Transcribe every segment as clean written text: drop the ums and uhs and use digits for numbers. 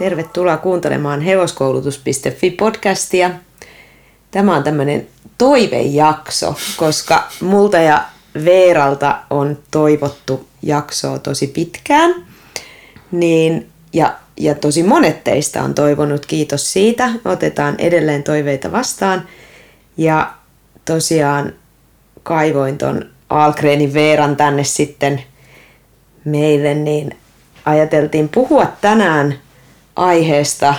Tervetuloa kuuntelemaan hevoskoulutus.fi-podcastia. Tämä on tämmöinen toivejakso, koska multa ja Veeralta on toivottu jaksoa tosi pitkään. Ja tosi monet teistä on toivonut, kiitos siitä. Otetaan edelleen toiveita vastaan. Ja tosiaan kaivoin ton Ahlgrenin Veeran tänne sitten meille, niin ajateltiin puhua tänään aiheesta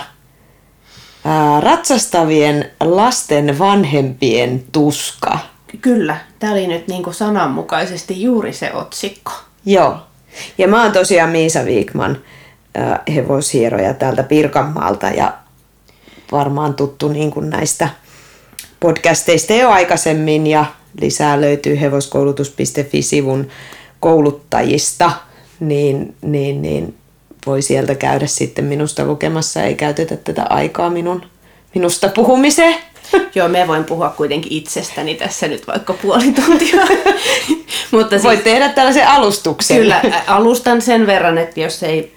ratsastavien lasten vanhempien tuska. Kyllä, tämä oli nyt niin kuin sananmukaisesti juuri se otsikko. Joo, ja mä oon tosiaan Miisa Wikman, hevoshieroja täältä Pirkanmaalta ja varmaan tuttu niin kuin näistä podcasteista jo aikaisemmin ja lisää löytyy hevoskoulutus.fi-sivun kouluttajista, niin voi sieltä käydä sitten minusta lukemassa, ei käytetä tätä aikaa minusta puhumiseen. Joo, me voin puhua kuitenkin itsestäni tässä nyt vaikka puoli tuntia. Mutta voit tehdä tällaisen alustuksen. Kyllä, alustan sen verran, että jos ei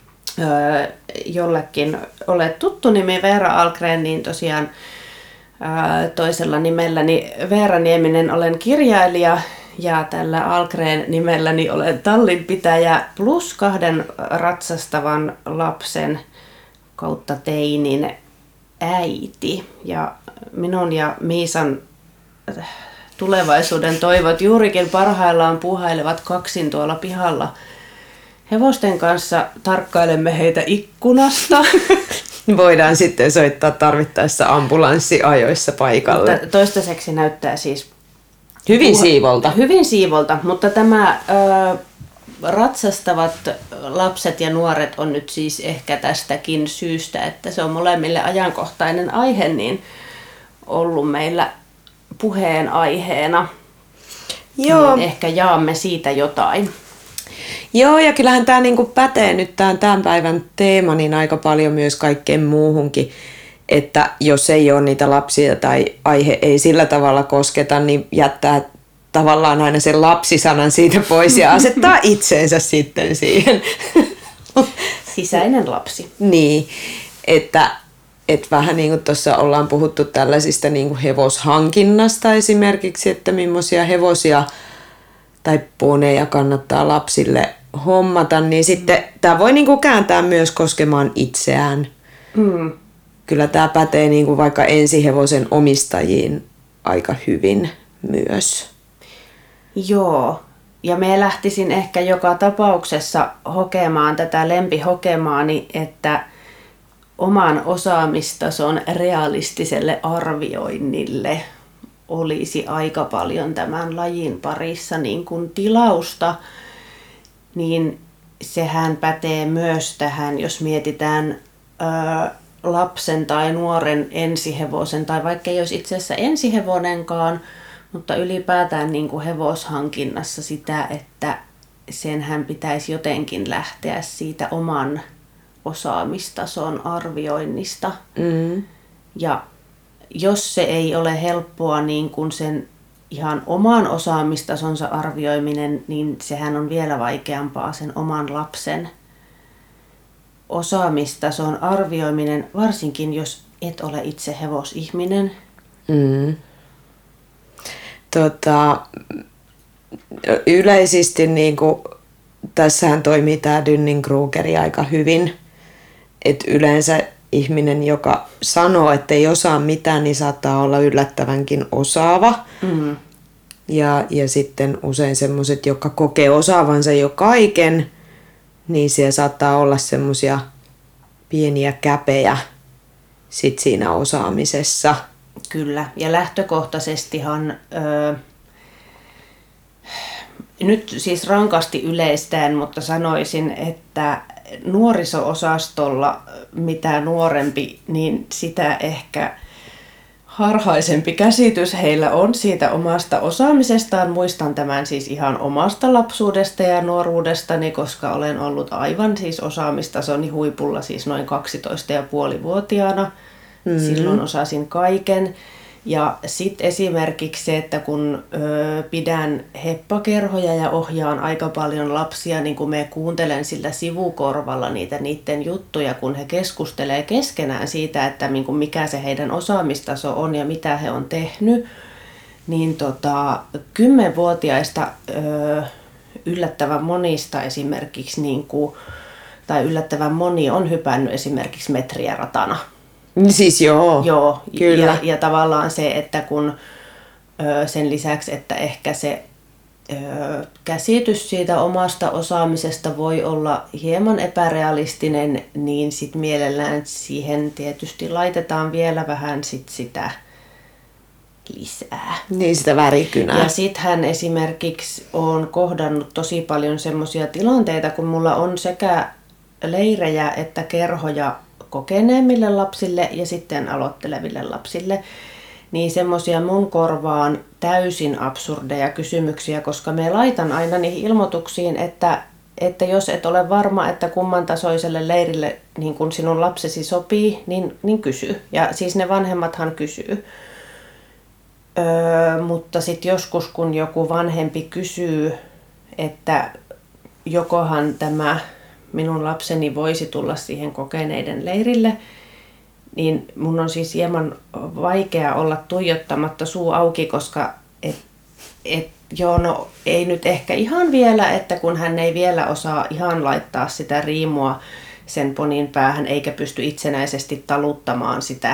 jollekin ole tuttu nimi Veera Ahlgren, niin tosiaan toisella nimelläni Veera Nieminen olen kirjailija ja tällä Ahlgren nimelläni olen tallinpitäjä plus 2 ratsastavan lapsen kautta teinin äiti. Ja minun ja Miisan tulevaisuuden toivot juurikin parhaillaan puuhailevat kaksin tuolla pihalla. Hevosten kanssa tarkkailemme heitä ikkunasta. Voidaan sitten soittaa tarvittaessa ambulanssi ajoissa paikalle. Mutta toistaiseksi näyttää siis hyvin siivolta. Hyvin siivolta, mutta tämä ratsastavat lapset ja nuoret on nyt siis ehkä tästäkin syystä, että se on molemmille ajankohtainen aihe, niin ollut meillä puheen aiheena. Joo. Niin ehkä jaamme siitä jotain. Joo, ja kyllähän tämä niinku pätee nyt tämän päivän teema niin aika paljon myös kaikkeen muuhunkin, että jos ei ole niitä lapsia tai aihe ei sillä tavalla kosketa, niin jättää tavallaan aina sen lapsisanan siitä pois ja asettaa itseensä sitten siihen. Sisäinen lapsi. Niin, että vähän niin kuin tuossa ollaan puhuttu tällaisista niin kuin hevoshankinnasta esimerkiksi, että millaisia hevosia tai poneja kannattaa lapsille hommata, niin sitten tämä voi niin kuin kääntää myös koskemaan itseään. Mm. Kyllä tämä pätee niin kuin vaikka ensihevosen omistajiin aika hyvin myös. Joo, ja me lähtisin ehkä joka tapauksessa hokemaan tätä lempihokemaani, että oman osaamistason realistiselle arvioinnille olisi aika paljon tämän lajin parissa niin kuin tilausta, niin sehän pätee myös tähän, jos mietitään lapsen tai nuoren ensihevosen, tai vaikka ei olisi itse asiassa ensihevonenkaan, mutta ylipäätään niin kuin hevoshankinnassa sitä, että senhän pitäisi jotenkin lähteä siitä oman osaamistason arvioinnista. Mm. Ja jos se ei ole helppoa niin kuin sen ihan oman osaamistasonsa arvioiminen, niin sehän on vielä vaikeampaa sen oman lapsen osaamistason arvioiminen, varsinkin jos et ole itse hevosihminen. Mm. Yleisesti niin kuin, tässähän toimii tämä Dunning-Krugeri aika hyvin, että yleensä ihminen, joka sanoo, että ei osaa mitään, niin saattaa olla yllättävänkin osaava. Mm. Ja sitten usein semmoiset, jotka kokee osaavansa jo kaiken, niin siellä saattaa olla semmoisia pieniä käpejä sit siinä osaamisessa. Kyllä, ja lähtökohtaisestihan nyt siis rankasti yleistään, mutta sanoisin, että nuoriso-osastolla mitä nuorempi, niin sitä ehkä harhaisempi käsitys heillä on siitä omasta osaamisestaan. Muistan tämän siis ihan omasta lapsuudesta ja nuoruudestani, koska olen ollut aivan siis osaamistasoni huipulla siis noin 12,5-vuotiaana. Mm-hmm. Silloin osasin kaiken. Ja sitten esimerkiksi se, että kun pidän heppakerhoja ja ohjaan aika paljon lapsia, niin kun me kuuntelen sillä sivukorvalla niiden juttuja, kun he keskustelee keskenään siitä, että mikä se heidän osaamistaso on ja mitä he on tehnyt, niin 10-vuotiaista yllättävän monista esimerkiksi, tai yllättävän moni on hypännyt esimerkiksi metriä ratana. Siis joo kyllä. Ja tavallaan se, että kun sen lisäksi, että ehkä se käsitys siitä omasta osaamisesta voi olla hieman epärealistinen, niin sitten mielellään siihen tietysti laitetaan vielä vähän sitä lisää. Niin, sitä värikynää. Ja sittenhän esimerkiksi olen kohdannut tosi paljon semmoisia tilanteita, kun mulla on sekä leirejä että kerhoja kokeneemmille lapsille ja sitten aloitteleville lapsille, niin semmoisia mun korvaan täysin absurdeja kysymyksiä, koska me laitan aina niihin ilmoituksiin, että jos et ole varma, että kumman tasoiselle leirille niin kun sinun lapsesi sopii, niin kysy. Ja siis ne vanhemmathan kysyy. Mutta sitten joskus, kun joku vanhempi kysyy, että jokohan tämä minun lapseni voisi tulla siihen kokeneiden leirille, niin mun on siis hieman vaikea olla tuijottamatta suu auki, koska ei nyt ehkä ihan vielä, että kun hän ei vielä osaa ihan laittaa sitä riimua sen ponin päähän, eikä pysty itsenäisesti taluttamaan sitä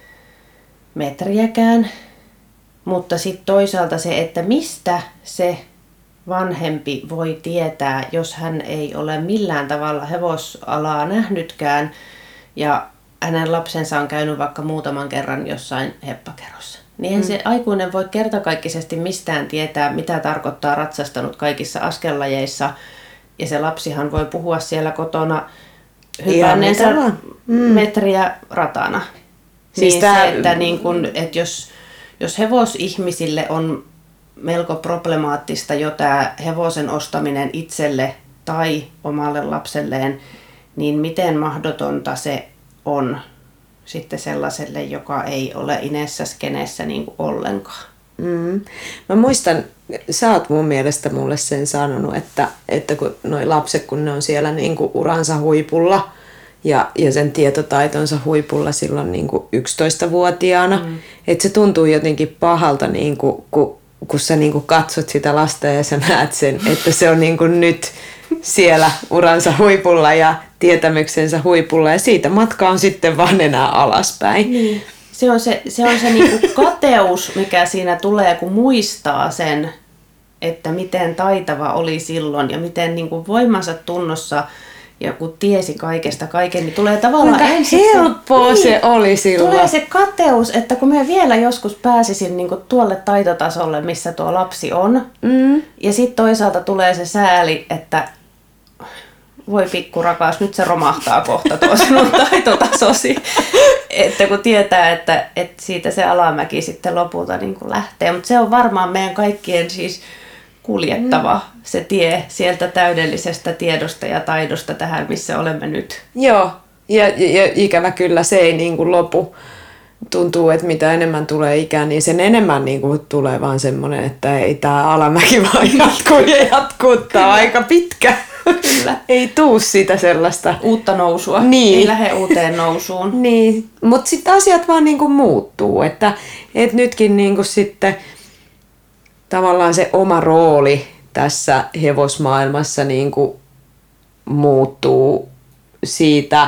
metriäkään. Mutta sitten toisaalta se, että mistä se vanhempi voi tietää, jos hän ei ole millään tavalla hevosalaa nähnytkään ja hänen lapsensa on käynyt vaikka muutaman kerran jossain heppakerrossa. Niin se aikuinen voi kertakaikkisesti mistään tietää, mitä tarkoittaa ratsastanut kaikissa askellajeissa. Ja se lapsihan voi puhua siellä kotona hypänneensä metriä ratana. Siis se, että, että jos hevosihmisille on melko problemaattista jo tämä hevosen ostaminen itselle tai omalle lapselleen, niin miten mahdotonta se on sitten sellaiselle, joka ei ole inessä skeneessä ollenkaan. Mä muistan, sä oot mun mielestä mulle sen sanonut, että kun noi lapset, kun ne on siellä uransa huipulla ja sen tietotaitonsa huipulla silloin 11-vuotiaana, että se tuntuu jotenkin pahalta, kun sä katsot sitä lasta ja sä näet sen, että se on nyt siellä uransa huipulla ja tietämyksensä huipulla ja siitä matka on sitten vaan enää alaspäin. Niin. Se on se kateus, mikä siinä tulee, kun muistaa sen, että miten taitava oli silloin ja miten voimansa tunnossa ja kun tiesi kaikesta kaiken, niin tulee tavallaan helppoa se oli silloin. Tulee se kateus, että kun me vielä joskus pääsisin tuolle taitotasolle, missä tuo lapsi on, ja sitten toisaalta tulee se sääli, että voi pikkurakas, nyt se romahtaa kohta tuo sinun taitotasosi. Että kun tietää, että siitä se alamäki sitten lopulta lähtee. Mutta se on varmaan meidän kaikkien siis kuljettava se tie sieltä täydellisestä tiedosta ja taidosta tähän, missä olemme nyt. Joo, ja ikävä kyllä se ei lopu. Tuntuu, että mitä enemmän tulee ikää, niin sen enemmän tulee vaan semmoinen, että ei tämä alamäki vaan jatkuu. Tämä on aika pitkä. Kyllä. Ei tuu sitä sellaista uutta nousua. Niin. Ei lähde uuteen nousuun. Niin, mutta sitten asiat vaan muuttuu. Että nytkin sitten tavallaan se oma rooli tässä hevosmaailmassa muuttuu siitä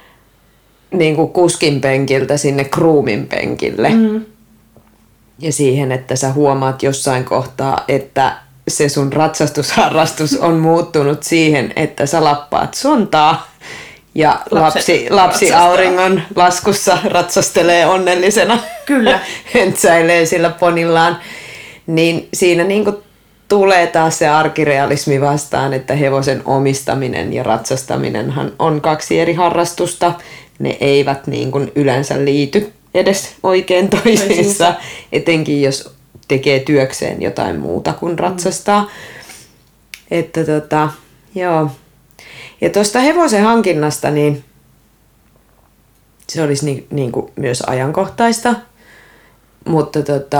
kuskin penkiltä sinne groomin penkille. Ja siihen, että sä huomaat jossain kohtaa, että se sun ratsastusharrastus on muuttunut siihen, että sä lappaat sontaa ja lapsi auringon laskussa ratsastelee onnellisena. Kyllä. Höntsäilee sillä ponillaan. Niin siinä tulee taas se arkirealismi vastaan, että hevosen omistaminen ja ratsastaminenhan on kaksi eri harrastusta. Ne eivät yleensä liity edes oikein toisiinsa, etenkin jos tekee työkseen jotain muuta kuin ratsastaa. Että joo. Ja tuosta hevosen hankinnasta, niin se olisi myös ajankohtaista. Mutta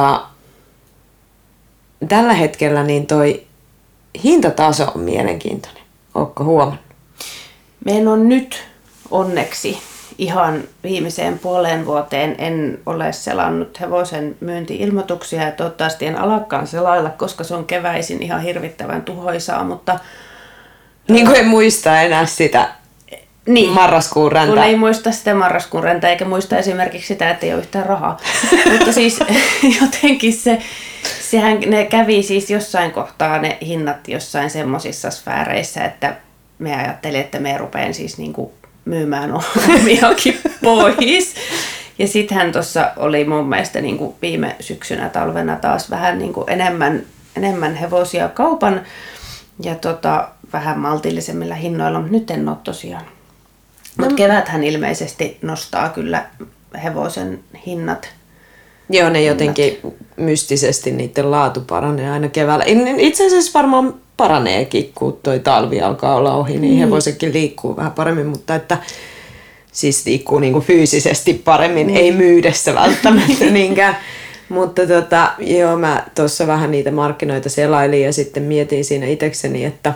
tällä hetkellä niin toi hintataso on mielenkiintoinen. Ootko huomannut? Meidän on nyt onneksi ihan viimeiseen puoleen vuoteen en ole selannut hevosen myynti-ilmoituksia ja toivottavasti en alakaan selailla, koska se on keväisin ihan hirvittävän tuhoisaa, mutta... Niin kuin en muista enää sitä marraskuun räntä. Kun ei muista sitä marraskuun räntä eikä muista esimerkiksi sitä, että ei ole yhtään rahaa. Mutta siis jotenkin sehän ne kävi siis jossain kohtaa ne hinnat jossain semmoisissa sfääreissä, että me ajattelin, että me rupean siis niinku myymään omiakin pois. Ja sittenhän tuossa oli mun mielestä niinku viime syksynä talvena taas vähän niinku enemmän hevosia kaupan ja vähän maltillisemmilla hinnoilla, mutta nyt en ole tosiaan. Mutta keväthän ilmeisesti nostaa kyllä hevosen hinnat. Joo, ne jotenkin mystisesti niiden laatu paranee aina keväällä. Itse asiassa varmaan paraneekin, kun toi talvi alkaa olla ohi, niin hevosetkin liikkuu vähän paremmin, mutta että siis liikkuu niinku fyysisesti paremmin, ei myydessä välttämättä niinkään. Mutta joo, mä tuossa vähän niitä markkinoita selailin ja sitten mietin siinä itsekseni, että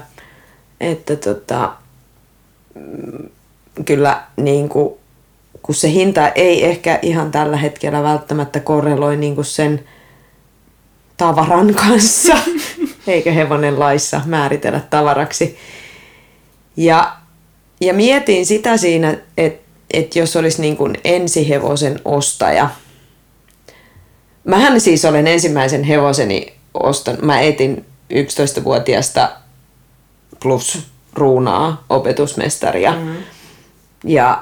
kyllä niinku, kun se hinta ei ehkä ihan tällä hetkellä välttämättä korreloi niinku sen tavaran kanssa, eikä hevonen laissa määritellä tavaraksi. Ja mietin sitä siinä, että jos olisi niin kuin ensihevosen ostaja. Mähän siis olen ensimmäisen hevoseni ostanut. Mä etin 11-vuotiaasta plus ruunaa opetusmestaria. Mm-hmm. Ja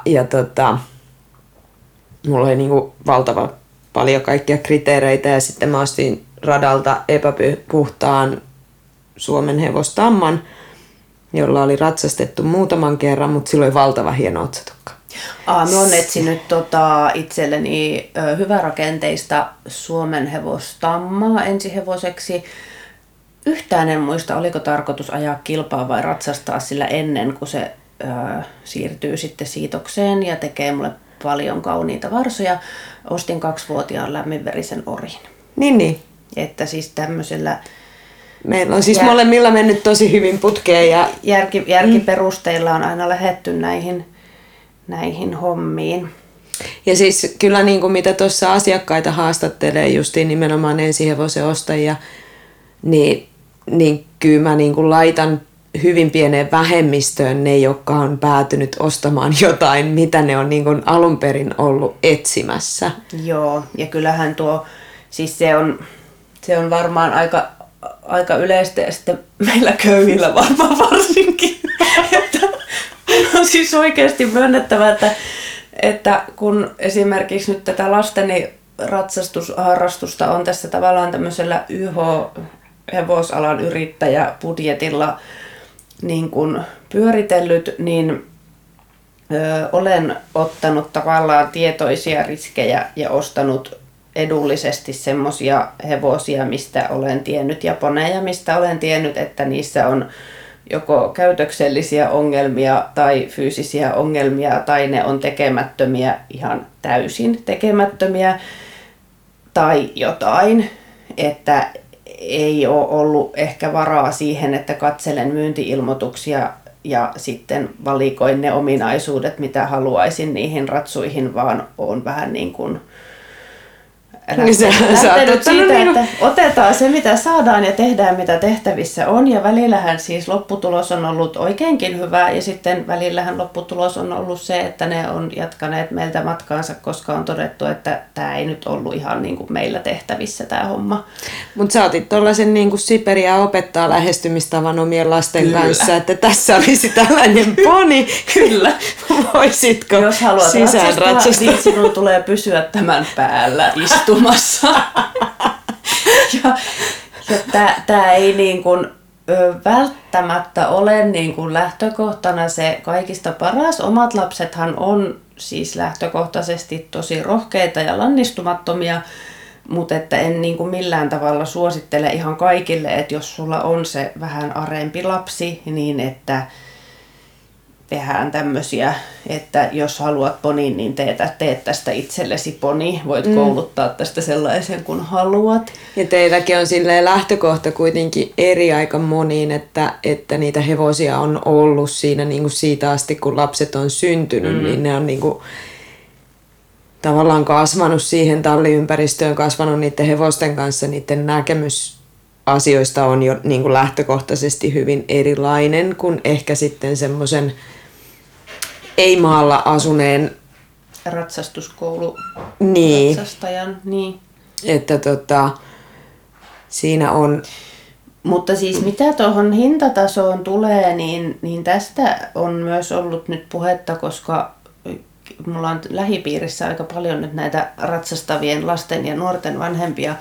mulla oli niin kuin valtava paljon kaikkia kriteereitä ja sitten mä ostin radalta epäpuhtaan Suomen hevostamman, jolla oli ratsastettu muutaman kerran, mutta sillä oli valtava hieno otsatukka. Mä oon etsinyt itselleni hyvärakenteista Suomen hevostammaa ensihevoseksi. Yhtään en muista, oliko tarkoitus ajaa kilpaa vai ratsastaa sillä ennen kuin se siirtyy sitten siitokseen ja tekee mulle paljon kauniita varsoja. Ostin 2-vuotiaan lämminverisen orin. Niin. Että siis tämmöisellä... Meillä on siis molemmilla mennyt tosi hyvin putkeen. Ja... Järkiperusteilla on aina lähdetty näihin hommiin. Ja siis kyllä niin kuin mitä tuossa asiakkaita haastattelee justiin nimenomaan ensihevosen ostajia, niin kyllä mä niin kuin laitan hyvin pieneen vähemmistöön ne, jotka on päätynyt ostamaan jotain, mitä ne on niin kuin alun perin ollut etsimässä. Joo, ja kyllähän siis se on varmaan aika yleistä ja sitten meillä köyhillä varmaan varsinkin. Että on siis oikeasti myönnettävä, että kun esimerkiksi nyt tätä lasteni ratsastusharrastusta on tässä tavallaan tämmöisellä hevosalan yrittäjäbudjetilla niin kuin pyöritellyt, niin olen ottanut tavallaan tietoisia riskejä ja ostanut edullisesti semmoisia hevosia, mistä olen tiennyt, ja poneja, mistä olen tiennyt, että niissä on joko käytöksellisiä ongelmia tai fyysisiä ongelmia, tai ne on tekemättömiä, ihan täysin tekemättömiä, tai jotain, että ei ole ollut ehkä varaa siihen, että katselen myynti-ilmoituksia ja sitten valikoin ne ominaisuudet, mitä haluaisin niihin ratsuihin, vaan on vähän niin kuin lähtenyt siitä, että otetaan se, mitä saadaan ja tehdään, mitä tehtävissä on. Ja välillähän siis lopputulos on ollut oikeinkin hyvä ja sitten välillähän lopputulos on ollut se, että ne on jatkaneet meiltä matkaansa, koska on todettu, että tämä ei nyt ollut ihan niin kuin meillä tehtävissä tämä homma. Mutta sä otit tuollaisen niin kuin Siperia opettaa lähestymistavan omien lasten kanssa, että tässä olisi tällainen poni. Kyllä. Voisitko jos haluat ratsastaa, niin sinun tulee pysyä tämän päällä istumassa. ja tämä ei niin kuin välttämättä ole niin kuin lähtökohtana se kaikista paras. Omat lapsethan on siis lähtökohtaisesti tosi rohkeita ja lannistumattomia, mutta että en niin kuin millään tavalla suosittele ihan kaikille, että jos sulla on se vähän arempi lapsi, niin että tehdään tämmöisiä, että jos haluat ponin, niin teet tästä itsellesi poni. Voit kouluttaa tästä sellaisen, kun haluat. Ja teilläkin on silleen lähtökohta kuitenkin eri aika moniin, että niitä hevosia on ollut siinä niin kuin siitä asti, kun lapset on syntynyt, niin ne on niin kuin tavallaan kasvanut siihen talliympäristöön, kasvanut niiden hevosten kanssa, niiden näkemys asioista on jo niin kuin lähtökohtaisesti hyvin erilainen kuin ehkä sitten semmoisen ei-maalla asuneen ratsastuskoulu niin. Ratsastajan. Niin. Että siinä on. Mutta siis mitä tuohon hintatasoon tulee, niin tästä on myös ollut nyt puhetta, koska mulla on lähipiirissä aika paljon nyt näitä ratsastavien lasten ja nuorten vanhempia,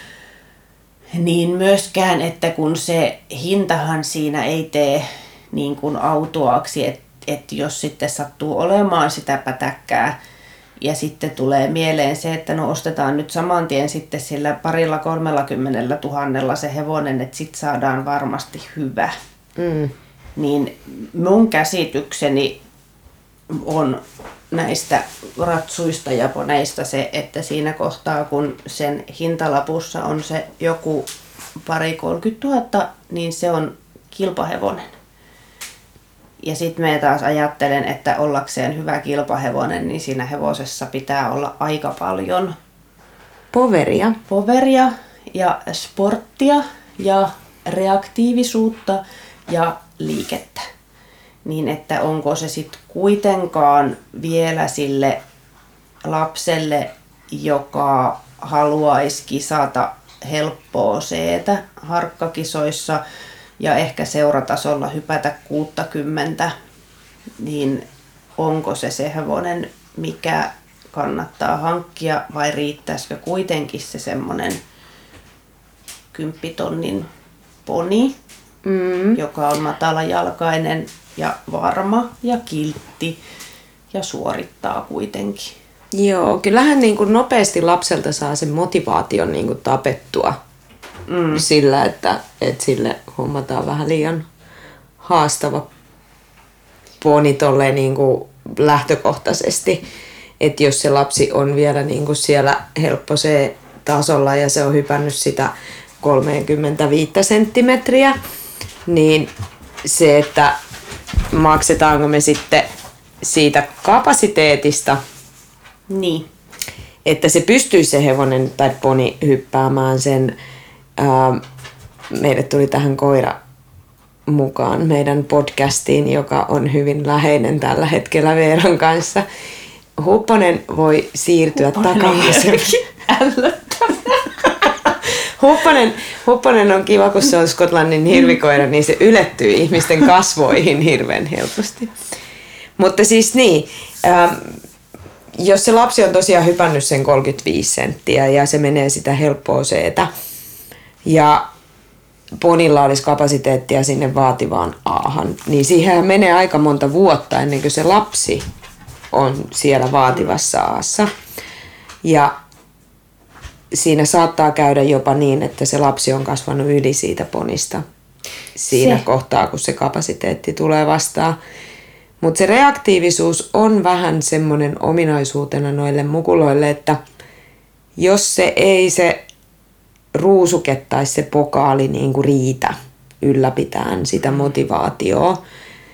niin myöskään, että kun se hintahan siinä ei tee niin kuin autuaaksi, että jos sitten sattuu olemaan sitä pätäkkää ja sitten tulee mieleen se, että no ostetaan nyt saman tien sitten sillä 30 000 se hevonen, että sitten saadaan varmasti hyvä. Niin mun käsitykseni on näistä ratsuista ja poneista se, että siinä kohtaa kun sen hintalapussa on se joku 30 000, niin se on kilpahevonen. Ja sitten mä taas ajattelen, että ollakseen hyvä kilpahevonen, niin siinä hevosessa pitää olla aika paljon poveria ja sporttia ja reaktiivisuutta ja liikettä. Niin että onko se sitten kuitenkaan vielä sille lapselle, joka haluaisi kisata helppoa seetä harkkakisoissa ja ehkä seuratasolla hypätä 60, niin onko se hevonen, mikä kannattaa hankkia vai riittäisikö kuitenkin se semmoinen 10 tonnin poni, joka on matalajalkainen ja varma ja kiltti ja suorittaa kuitenkin. Joo, kyllähän niin kuin nopeasti lapselta saa sen motivaation niin kuin tapettua sillä, että sille hommataan vähän liian haastava poni tolleen niin kuin lähtökohtaisesti. Että jos se lapsi on vielä niin kuin siellä helppo se tasolla ja se on hypännyt sitä 35 senttimetriä, niin se, että maksetaanko me sitten siitä kapasiteetista, niin, että se pystyisi se hevonen tai poni hyppäämään sen. Meille tuli tähän koira mukaan meidän podcastiin, joka on hyvin läheinen tällä hetkellä Veeran kanssa. Hupponen voi siirtyä takaisin. Hupponen on kiva, kun se on Skotlannin hirvikoira, niin se ylettyy ihmisten kasvoihin hirveän helposti. Mutta siis niin, jos se lapsi on tosiaan hypännyt sen 35 senttiä ja se menee sitä helppoa seetä ja ponilla olisi kapasiteettia sinne vaativaan aahan, niin siihen menee aika monta vuotta ennen kuin se lapsi on siellä vaativassa aassa. Ja siinä saattaa käydä jopa niin, että se lapsi on kasvanut yli siitä ponista siinä kohtaa, kun se kapasiteetti tulee vastaan. Mutta se reaktiivisuus on vähän semmoinen ominaisuutena noille mukuloille, että jos se ei se ruusuke tai se pokaali niin kuin riitä ylläpitään sitä motivaatioa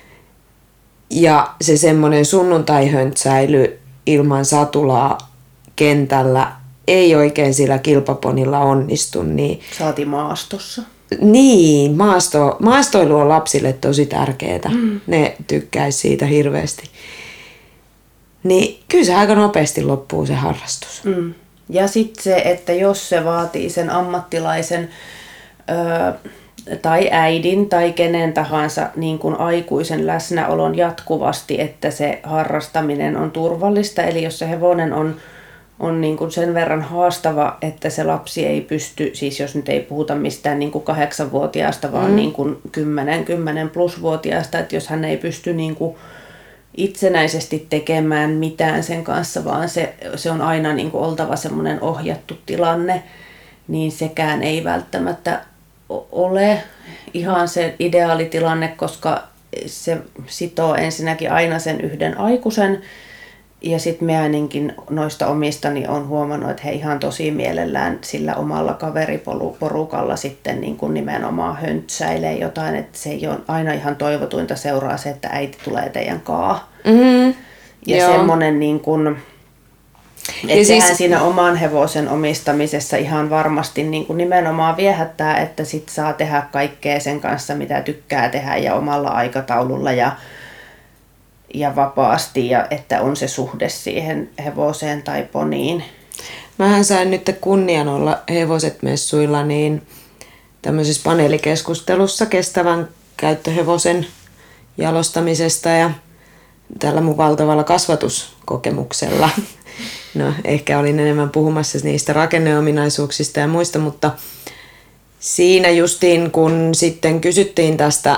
ja se semmoinen sunnuntai-höntsäily ilman satulaa kentällä ei oikein sillä kilpaponilla onnistu. Niin saati maastossa. Niin, maastoilu on lapsille tosi tärkeää. Ne tykkäisi siitä hirveästi. Niin kyllä se aika nopeasti loppuu se harrastus. Ja sitten se, että jos se vaatii sen ammattilaisen tai äidin tai kenen tahansa niin kuin aikuisen läsnäolon jatkuvasti, että se harrastaminen on turvallista. Eli jos se hevonen on niin kuin sen verran haastava, että se lapsi ei pysty, siis jos nyt ei puhuta mistään niin kuin 8-vuotiaasta, vaan niin kuin 10+-vuotiaasta, että jos hän ei pysty niin kuin itsenäisesti tekemään mitään sen kanssa, vaan se on aina niin kuin oltava semmoinen ohjattu tilanne, niin sekään ei välttämättä ole ihan se ideaalitilanne, koska se sitoo ensinnäkin aina sen yhden aikuisen. Ja sitten minä ainakin noista omistani olen huomannut, että he ihan tosi mielellään sillä omalla kaveriporukalla sitten niin kuin nimenomaan höntsäilee jotain, että se ei ole aina ihan toivotuinta seuraa se, että äiti tulee teidän kaa. Mm-hmm. Ja semmoinen niin kuin, että sehän siinä oman hevosen omistamisessa ihan varmasti niin kuin nimenomaan viehättää, että sit saa tehdä kaikkea sen kanssa, mitä tykkää tehdä ja omalla aikataululla ja vapaasti, ja että on se suhde siihen hevoseen tai poniin. Mähän sain nyt kunnian olla hevoset messuilla niin tämmöisessä paneelikeskustelussa kestävän käyttöhevosen jalostamisesta ja tällä mun valtavalla kasvatuskokemuksella. No ehkä olin enemmän puhumassa niistä rakenneominaisuuksista ja muista, mutta siinä justiin kun sitten kysyttiin tästä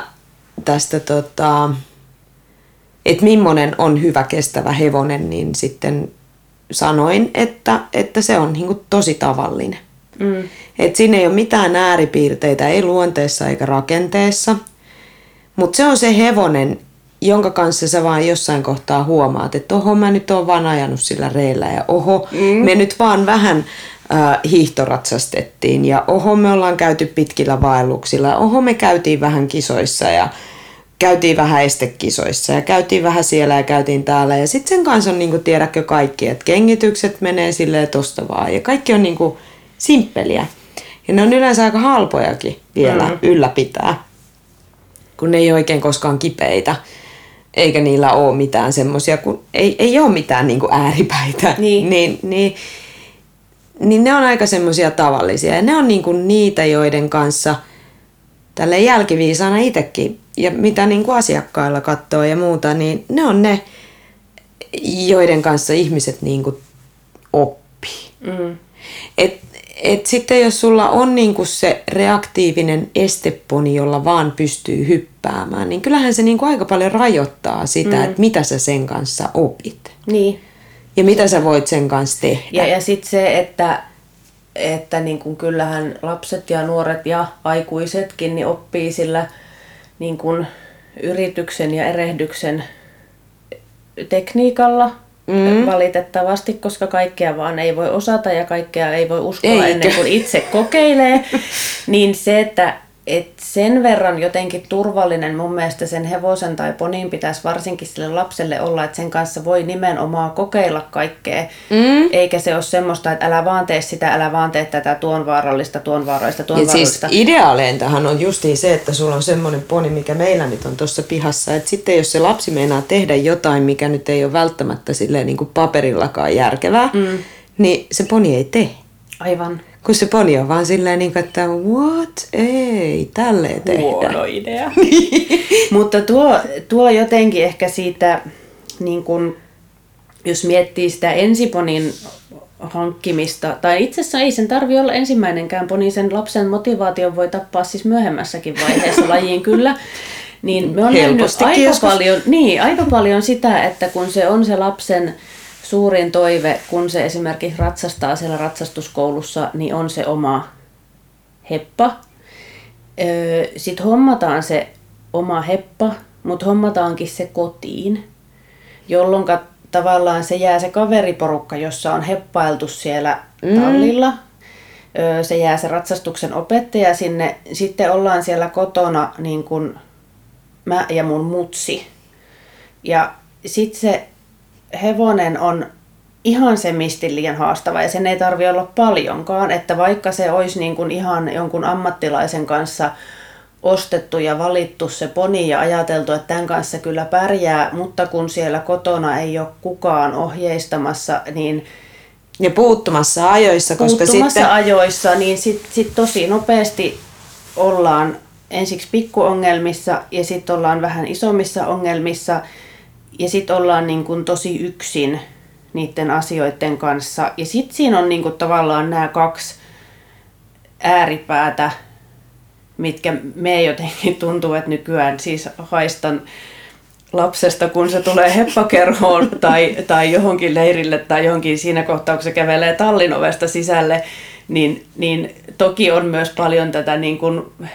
että millainen on hyvä kestävä hevonen, niin sitten sanoin, että se on niin kuin tosi tavallinen. Mm. Että siinä ei ole mitään ääripiirteitä, ei luonteessa eikä rakenteessa, mutta se on se hevonen, jonka kanssa sä vaan jossain kohtaa huomaat, että oho, mä nyt oon vaan ajanut sillä reillä ja oho, me nyt vaan vähän hiihtoratsastettiin ja oho, me ollaan käyty pitkillä vaelluksilla, oho, me käytiin vähän kisoissa ja käytiin vähän estekisoissa ja käytiin vähän siellä ja käytiin täällä. Ja sitten sen kanssa on niinku, tiedätkö kaikki, että kengitykset menee silleen tosta vaan. Ja kaikki on niinku simppeliä. Ja ne on yleensä aika halpojakin vielä ylläpitää, kun ne ei oikein koskaan kipeitä. Eikä niillä ole mitään semmoisia, kun ei ole mitään niinku ääripäitä. Niin ne on aika semmoisia tavallisia. Ja ne on niinku niitä, joiden kanssa tälle jälkiviisaana itsekin ja mitä niin kuin asiakkailla katsoo ja muuta, niin ne on ne, joiden kanssa ihmiset niin kuin oppii. Mm. Et sitten jos sulla on niin kuin se reaktiivinen esteponi, jolla vaan pystyy hyppäämään, niin kyllähän se niin kuin aika paljon rajoittaa sitä, että mitä sä sen kanssa opit. Niin. Ja mitä sä voit sen kanssa tehdä. Ja sitten se, että niin kuin kyllähän lapset ja nuoret ja aikuisetkin niin oppii sillä niin kuin yrityksen ja erehdyksen tekniikalla valitettavasti, koska kaikkea vaan ei voi osata ja kaikkea ei voi uskoa ennen kuin itse kokeilee. Niin se, että sen verran jotenkin turvallinen mun mielestä sen hevosen tai poniin pitäisi varsinkin sille lapselle olla, että sen kanssa voi nimenomaan kokeilla kaikkea. Eikä se ole semmoista, että älä vaan tee sitä, älä vaan tee tätä tuon vaarallista. Ja siis ideaaleintahan on justiin se, että sulla on semmoinen poni, mikä meillä nyt on tuossa pihassa. Että sitten jos se lapsi meinaa tehdä jotain, mikä nyt ei ole välttämättä silleen niin kuin paperillakaan järkevää, niin se poni ei tee. Aivan. Kun se poni on vaan silleen, että what? Ei, tälleen tehdä. Huono idea. Mutta tuo jotenkin ehkä siitä, niin kun, jos miettii sitä ensiponin hankkimista, tai itse asiassa ei sen tarvitse olla ensimmäinenkään poni, sen lapsen motivaation voi tappaa siis myöhemmässäkin vaiheessa lajiin kyllä. Niin me on nähnyt aika paljon sitä, että kun se on se lapsen suurin toive, kun se esimerkiksi ratsastaa siellä ratsastuskoulussa, niin on se oma heppa. Sitten hommataan se oma heppa, mutta hommataankin se kotiin, jolloin tavallaan se jää se kaveriporukka, jossa on heppailtu siellä tallilla. Se jää se ratsastuksen opettaja sinne. Sitten ollaan siellä kotona niin kuin mä ja mun mutsi. Ja sitten se hevonen on ihan semisti liian haastava ja sen ei tarvitse olla paljonkaan, että vaikka se olisi niin kuin ihan jonkun ammattilaisen kanssa ostettu ja valittu se poni ja ajateltu, että tämän kanssa kyllä pärjää, mutta kun siellä kotona ei ole kukaan ohjeistamassa, niin ja puuttumassa ajoissa, niin sit tosi nopeasti ollaan ensiksi pikkuongelmissa ja sitten ollaan vähän isommissa ongelmissa ja sitten ollaan niin kuin tosi yksin niiden asioiden kanssa. Ja sitten siinä on niin kuin tavallaan nämä kaksi ääripäätä, mitkä me jotenkin tuntuu, että nykyään siis haistan lapsesta, kun se tulee heppakerhoon tai johonkin leirille tai johonkin siinä kohtaa, kun se kävelee tallin ovesta sisälle, niin toki on myös paljon tätä niin kuin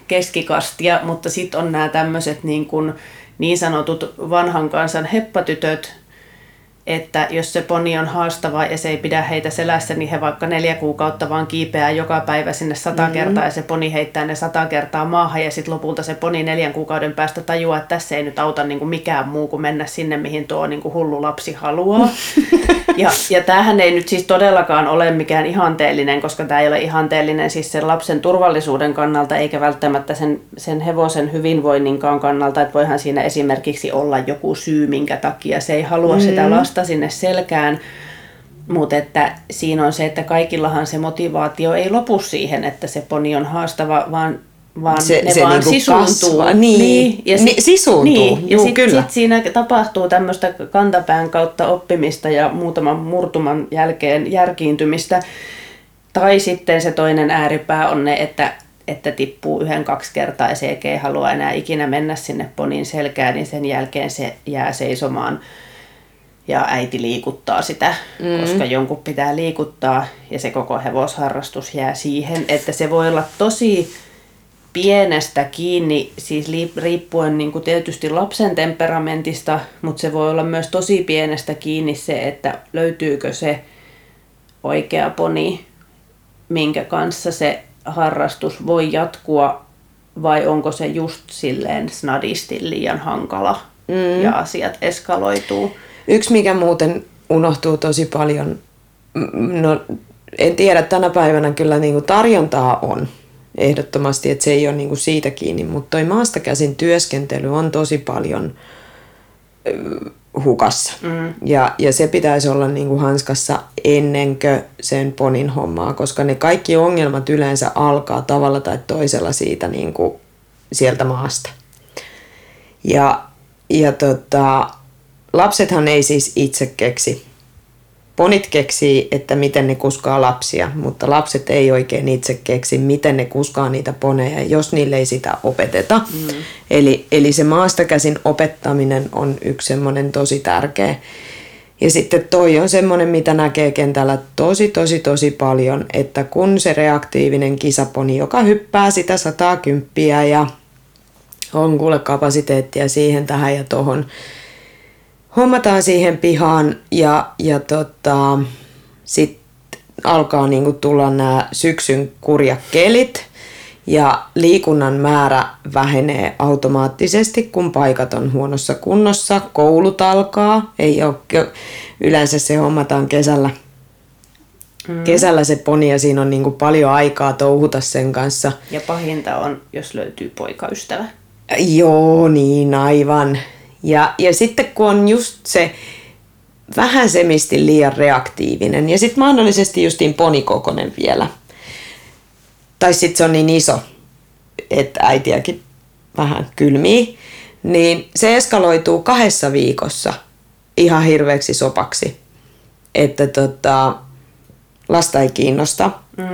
keskikastia, mutta sitten on nämä tämmöiset niin sanotut vanhan kansan heppatytöt, että jos se poni on haastava ja se ei pidä heitä selässä, niin he vaikka 4 kuukautta vaan kiipeää joka päivä sinne 100 kertaa ja se poni heittää ne 100 kertaa maahan ja sitten lopulta se poni 4 kuukauden päästä tajuaa, että tässä ei nyt auta mikään muu kuin mennä sinne, mihin tuo hullu lapsi haluaa. Ja tämähän ei nyt siis todellakaan ole mikään ihanteellinen, koska tämä ei ole ihanteellinen siis sen lapsen turvallisuuden kannalta eikä välttämättä sen hevosen hyvinvoinninkaan kannalta, että voihan siinä esimerkiksi olla joku syy, minkä takia se ei halua sitä lasta sinne selkään, mutta että siinä on se, että kaikillahan se motivaatio ei lopu siihen, että se poni on haastava, vaan ne vaan sisuuntuu. Sisuuntuu. Niin. Ja sitten sit siinä tapahtuu tämmöistä kantapään kautta oppimista ja muutaman murtuman jälkeen järkiintymistä. Tai sitten se toinen ääripää on ne, että tippuu 1-2 kertaa ja se ei halua enää ikinä mennä sinne ponin selkään, niin sen jälkeen se jää seisomaan ja äiti liikuttaa sitä, koska jonkun pitää liikuttaa ja se koko hevosharrastus jää siihen, että se voi olla tosi pienestä kiinni, siis riippuen tietysti lapsen temperamentista, mutta se voi olla myös tosi pienestä kiinni se, että löytyykö se oikea poni, minkä kanssa se harrastus voi jatkua, vai onko se just silleen snadisti liian hankala ja asiat eskaloituu. Yksi, mikä muuten unohtuu tosi paljon, no en tiedä, tänä päivänä kyllä tarjontaa on ehdottomasti, että se ei ole siitä kiinni, mutta toi maasta käsin työskentely on tosi paljon hukassa. Ja se pitäisi olla hanskassa ennen kuin sen ponin hommaa, koska ne kaikki ongelmat yleensä alkaa tavalla tai toisella siitä sieltä maasta. Ja lapsethan ei siis itse keksi. Ponit keksii, että miten ne kuskaa lapsia, mutta lapset ei oikein itse keksi, miten ne kuskaa niitä poneja, jos niille ei sitä opeteta. Eli se maasta käsin opettaminen on yksi semmoinen tosi tärkeä. Ja sitten toi on semmoinen, mitä näkee kentällä tosi paljon, että kun se reaktiivinen kisaponi, joka hyppää sitä 110 ja on kuule kapasiteettia siihen, tähän ja tohon, hommataan siihen pihaan ja sitten alkaa tulla nämä syksyn kurjat kelit ja liikunnan määrä vähenee automaattisesti, kun paikat on huonossa kunnossa, koulut alkaa, ei ole, yleensä se hommataan kesällä. Kesällä se poni ja siinä on paljon aikaa touhuta sen kanssa. Ja pahinta on, jos löytyy poikaystävä. Joo, niin aivan. Ja sitten kun on just se vähän semisti liian reaktiivinen ja sitten mahdollisesti justiin ponikokonen vielä. Tai sitten se on niin iso, että äitiäkin vähän kylmii. Niin se eskaloituu 2 viikossa ihan hirveäksi sopaksi. Että lasta ei kiinnosta.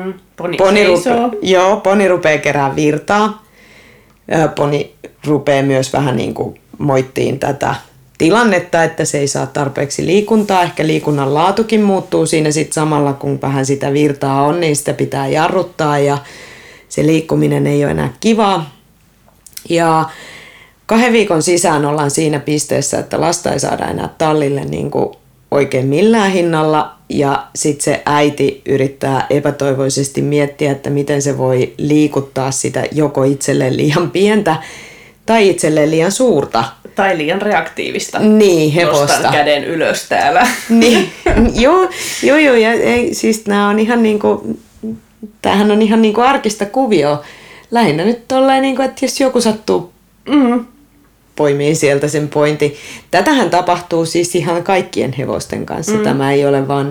Poni rupeaa kerää virtaa. Poni rupeaa myös vähän moittiin tätä tilannetta, että se ei saa tarpeeksi liikuntaa. Ehkä liikunnan laatukin muuttuu siinä sitten samalla, kun vähän sitä virtaa on, niin sitä pitää jarruttaa ja se liikkuminen ei ole enää kivaa. Ja 2 viikon sisään ollaan siinä pisteessä, että lasta ei saada enää tallille oikein millään hinnalla ja sitten se äiti yrittää epätoivoisesti miettiä, että miten se voi liikuttaa sitä joko itselleen liian pientä tai itselleen liian suurta. Tai liian reaktiivista. Niin, hevosta. Nostan käden ylös täällä. Niin, joo, ja siis nämä on ihan tämähän on ihan arkista kuvioa. Lähinnä nyt tolleen että jos joku sattuu poimii sieltä sen pointin. Tätähän tapahtuu siis ihan kaikkien hevosten kanssa. Tämä ei ole vaan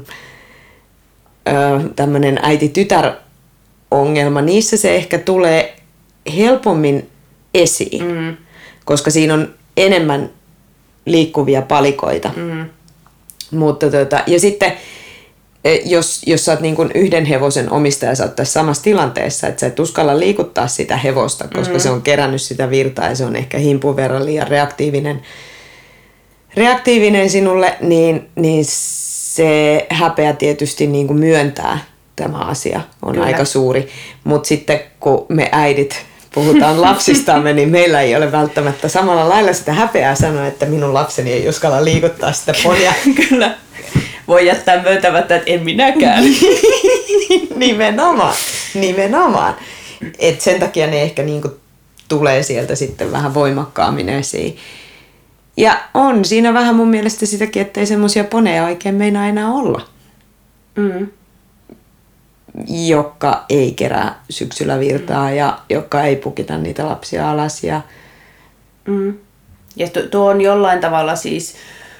tämmöinen äiti-tytär ongelma. Niissä se ehkä tulee helpommin esiin, koska siinä on enemmän liikkuvia palikoita. Mutta ja sitten jos sä oot yhden hevosen omistaja, sä oot tässä samassa tilanteessa, että sä et uskalla liikuttaa sitä hevosta, koska se on kerännyt sitä virtaa ja se on ehkä himpun verran liian reaktiivinen sinulle, niin se häpeä tietysti myöntää tämä asia on Kyllä. aika suuri. Mutta sitten kun me äidit puhutaan lapsistamme, niin meillä ei ole välttämättä samalla lailla sitä häpeää sanoa, että minun lapseni ei uskalla liikuttaa sitä ponia. Kyllä. Voi jättää myöntämättä, että en minäkään. Nimenomaan. Et sen takia ne ehkä niinku tulee sieltä sitten vähän voimakkaammin esiin. Ja on siinä vähän mun mielestä sitäkin, että ei semmoisia poneja oikein meinaa enää olla. Jotka ei kerää syksyllä virtaa ja jotka ei pukita niitä lapsia alas. Ja tuo on jollain tavalla siis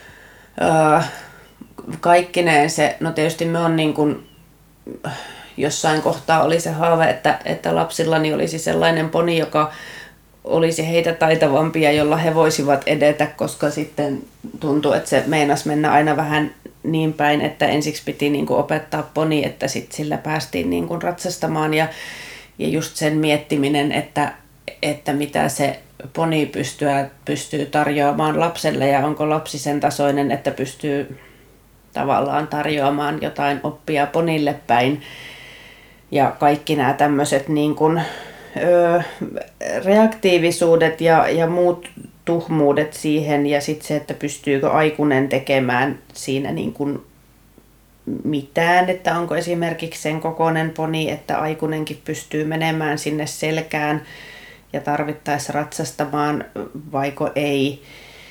kaikkineen se, no tietysti me on niin kuin, jossain kohtaa oli se haave, että lapsillani olisi sellainen poni, joka olisi heitä taitavampia, jolla he voisivat edetä, koska sitten tuntui, että se meinasi mennä aina vähän niin päin, että ensiksi piti niin kuin opettaa poni, että sitten sillä päästiin niin kuin ratsastamaan ja just sen miettiminen, että mitä se poni pystyy tarjoamaan lapselle ja onko lapsi sen tasoinen, että pystyy tavallaan tarjoamaan jotain oppia ponille päin. Ja kaikki nämä tämmöiset niin kuin, reaktiivisuudet ja muut tuhmuudet siihen ja sitten se, että pystyykö aikuinen tekemään siinä niin kuin mitään, että onko esimerkiksi sen kokoinen poni, että aikuinenkin pystyy menemään sinne selkään ja tarvittaessa ratsastamaan vaiko ei.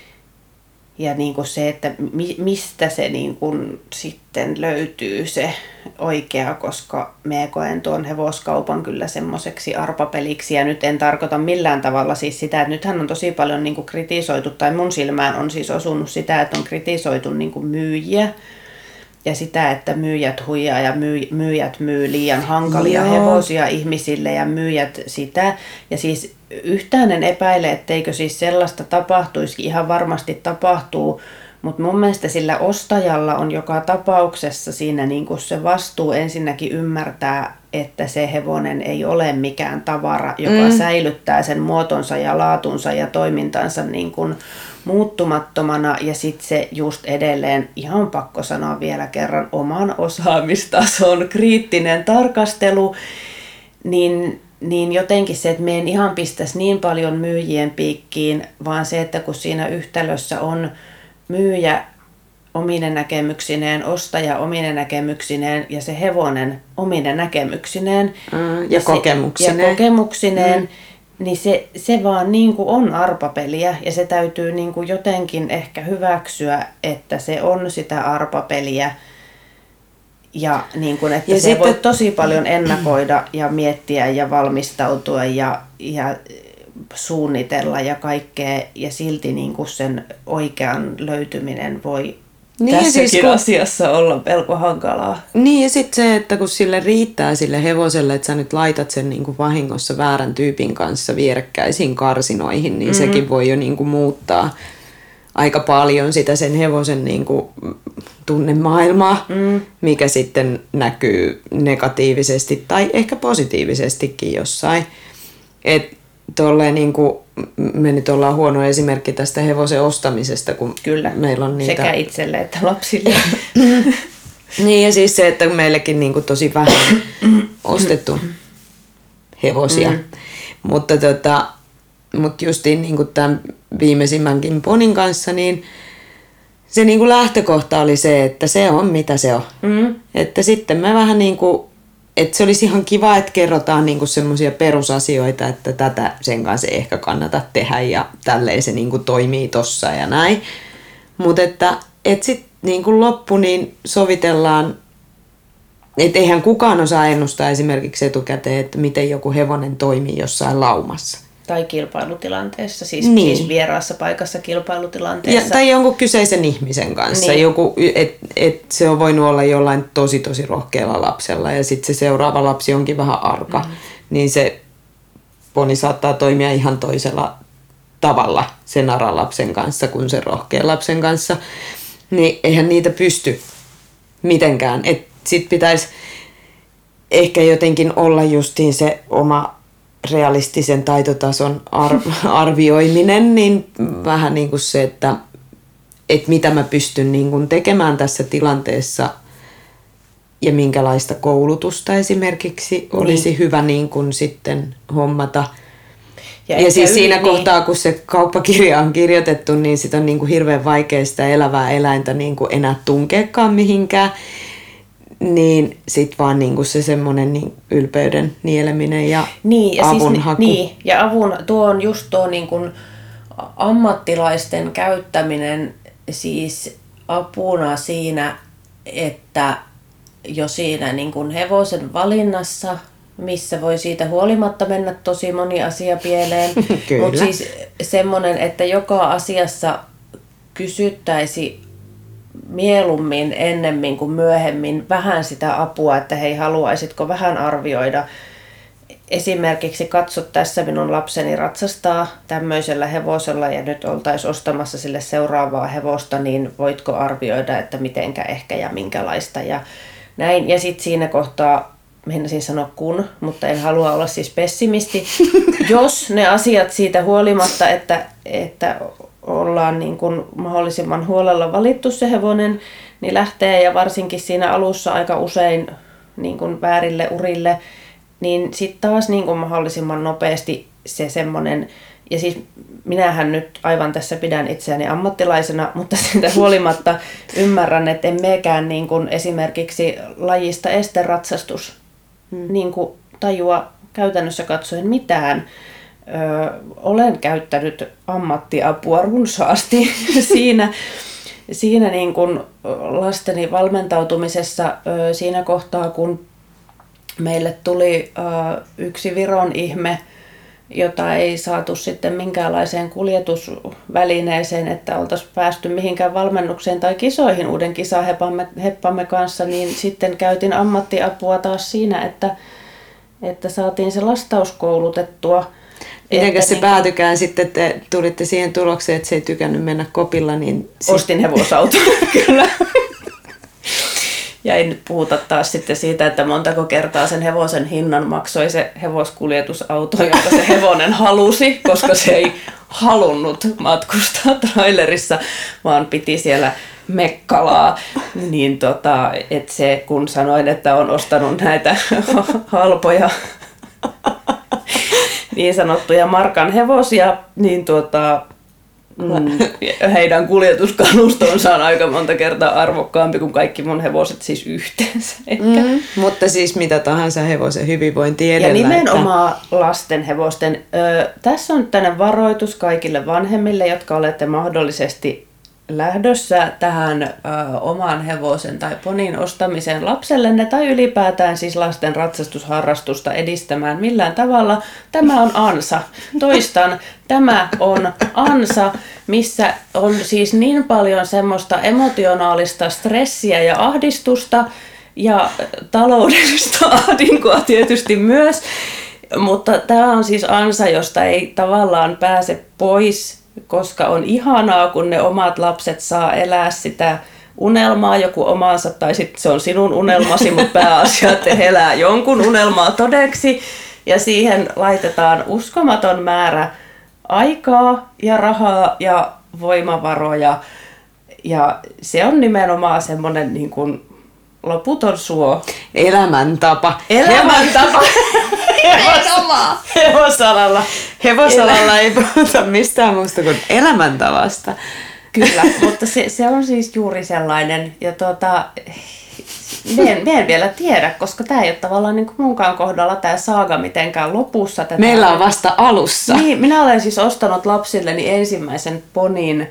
Ja niin kuin se, että mistä se niin kuin sitten löytyy se oikea, koska me koen tuon hevoskaupan kyllä semmoiseksi arpapeliksi. Ja nyt en tarkoita millään tavalla siis sitä, että nythän on tosi paljon niin kuin kritisoitu, tai mun silmään on siis osunut sitä, että on kritisoitu niin kuin myyjiä. Ja sitä, että myyjät huijaa ja myyjät myy liian hankalia hevosia ihmisille ja myyjät sitä. Ja siis yhtään en epäile, etteikö siis sellaista tapahtuisi. Ihan varmasti tapahtuu, mutta mun mielestä sillä ostajalla on joka tapauksessa siinä niin kuin se vastuu ensinnäkin ymmärtää, että se hevonen ei ole mikään tavara, joka säilyttää sen muotonsa ja laatunsa ja toimintansa niin kuin muuttumattomana ja sitten se just edelleen, ihan pakko sanoa vielä kerran, oman osaamistason kriittinen tarkastelu, niin jotenkin se, että me en ihan pistäisi niin paljon myyjien piikkiin, vaan se, että kun siinä yhtälössä on myyjä omine näkemyksineen, ostaja omine näkemyksineen ja se hevonen omine näkemyksineen ja kokemuksineen. Niin se vaan niin kuin on arpapeliä ja se täytyy niin kuin jotenkin ehkä hyväksyä, että se on sitä arpapeliä ja niin kuin, että ja se sitten voi tosi paljon ennakoida ja miettiä ja valmistautua ja suunnitella ja kaikkea ja silti niin kuin sen oikean löytyminen voi tässäkin siis asiassa olla pelko hankalaa. Niin ja sitten se, että kun sille riittää sille hevoselle, että sä nyt laitat sen niin kuin vahingossa väärän tyypin kanssa vierekkäisiin karsinoihin, niin sekin voi jo niin kuin muuttaa aika paljon sitä sen hevosen niin kuin tunnemaailmaa, mikä sitten näkyy negatiivisesti tai ehkä positiivisestikin jossain. Et tolleen niin kuin me nyt ollaan huono esimerkki tästä hevosen ostamisesta, kun kyllä, meillä on niitä sekä itselle että lapsille. Niin ja siis se, että meillekin niin kuin tosi vähän ostettu hevosia. Mutta justiin niin kuin tämän viimeisimmänkin ponin kanssa, niin se niin kuin lähtökohta oli se, että se on mitä se on. Että sitten me vähän niin kuin, että se olisi ihan kiva, että kerrotaan niinku semmoisia perusasioita, että tätä sen kanssa ei ehkä kannata tehdä ja tälleen se niinku toimii tossa ja näin. Mutta että sitten niinku loppu niin sovitellaan, että eihän kukaan osaa ennustaa esimerkiksi etukäteen, että miten joku hevonen toimii jossain laumassa. Tai kilpailutilanteessa, siis vieraassa paikassa kilpailutilanteessa. Tai jonkun kyseisen ihmisen kanssa. Niin. Se on voinut olla jollain tosi rohkealla lapsella ja sitten se seuraava lapsi onkin vähän arka. Niin se poni saattaa toimia ihan toisella tavalla sen aran lapsen kanssa kuin sen rohkean lapsen kanssa. Niin eihän niitä pysty mitenkään. Sitten pitäisi ehkä jotenkin olla justiin se oma realistisen taitotason arvioiminen, niin vähän niin kuin se, että mitä mä pystyn niin kuin tekemään tässä tilanteessa ja minkälaista koulutusta esimerkiksi olisi hyvä niin kuin sitten hommata. Ja siis siinä kohtaa, kun se kauppakirja on kirjoitettu, niin sit on niin kuin hirveän vaikea sitä elävää eläintä niin kuin enää tunkeekaan mihinkään. Niin sit vaan niin kuin se semmoinen niin ylpeyden nieleminen ja avun siis, haku. Niin, ja tuo on just tuo niin kuin ammattilaisten käyttäminen siis apuna siinä, että jo siinä niin kuin hevosen valinnassa, missä voi siitä huolimatta mennä tosi moni asia pieleen. Mutta siis semmoinen, että joka asiassa kysyttäisi mieluummin ennemmin kuin myöhemmin vähän sitä apua, että hei, haluaisitko vähän arvioida. Esimerkiksi katso, tässä minun lapseni ratsastaa tämmöisellä hevosella ja nyt oltaisiin ostamassa sille seuraavaa hevosta, niin voitko arvioida, että mitenkä ehkä ja minkälaista ja näin. Ja sitten siinä kohtaa, meinasin sanoa mutta en halua olla siis pessimisti, jos ne asiat siitä huolimatta, että ollaan niin kuin mahdollisimman huolella valittu se hevonen, niin lähtee ja varsinkin siinä alussa aika usein niin kuin väärille urille, niin sitten taas niin kuin mahdollisimman nopeasti se semmoinen, ja siis minähän nyt aivan tässä pidän itseäni ammattilaisena, mutta siitä huolimatta ymmärrän, että en mekään niin kuin esimerkiksi lajista esteratsastus niin kuin tajua käytännössä katsoen mitään. Olen käyttänyt ammattiapua runsaasti siinä niin kuin lasteni valmentautumisessa siinä kohtaa, kun meille tuli yksi Viron ihme, jota ei saatu sitten minkäänlaiseen kuljetusvälineeseen, että oltaisiin päästy mihinkään valmennukseen tai kisoihin uuden kisaheppamme kanssa, niin sitten käytin ammattiapua taas siinä, että saatiin se lastaus koulutettua. Mitenkäs se päätykään sitten, että tulitte siihen tulokseen, että se ei tykännyt mennä kopilla, niin... Ostin hevosauton, kyllä. Ja ei nyt puhuta taas sitten siitä, että montako kertaa sen hevosen hinnan maksoi se hevoskuljetusauto, jonka se hevonen halusi, koska se ei halunnut matkustaa trailerissa, vaan piti siellä mekkalaa. Niin että se, kun sanoin, että on ostanut näitä halpoja niin sanottuja markan hevosia, niin heidän kuljetuskanustonsa on aika monta kertaa arvokkaampi kuin kaikki mun hevoset siis yhteensä. Mutta siis mitä tahansa hevosen hyvinvointi edellä. Ja nimenomaan lasten hevosten. Tässä on tämmöinen varoitus kaikille vanhemmille, jotka olette mahdollisesti lähdössä tähän oman hevosen tai ponin ostamiseen lapsellenne tai ylipäätään siis lasten ratsastusharrastusta edistämään millään tavalla. Tämä on ansa. Toistan, tämä on ansa, missä on siis niin paljon semmoista emotionaalista stressiä ja ahdistusta ja taloudellista ahdinkoa tietysti myös, mutta tämä on siis ansa, josta ei tavallaan pääse pois, koska on ihanaa, kun ne omat lapset saa elää sitä unelmaa, joku omansa, tai sitten se on sinun unelmasi, mutta pääasia, että he elää jonkun unelmaa todeksi, ja siihen laitetaan uskomaton määrä aikaa ja rahaa ja voimavaroja, ja se on nimenomaan semmoinen niin kuin loputon suo. Elämäntapa. Hevosалalla ei puhuta mistään muusta kuin elämäntavasta. Kyllä, mutta se on siis juuri sellainen. Ja me en vielä tiedä, koska tämä ei ole tavallaan niin kuin munkaan kohdalla tämä saaga mitenkään lopussa. Meillä on vasta alussa. Niin, minä olen siis ostanut lapsilleni ensimmäisen ponin,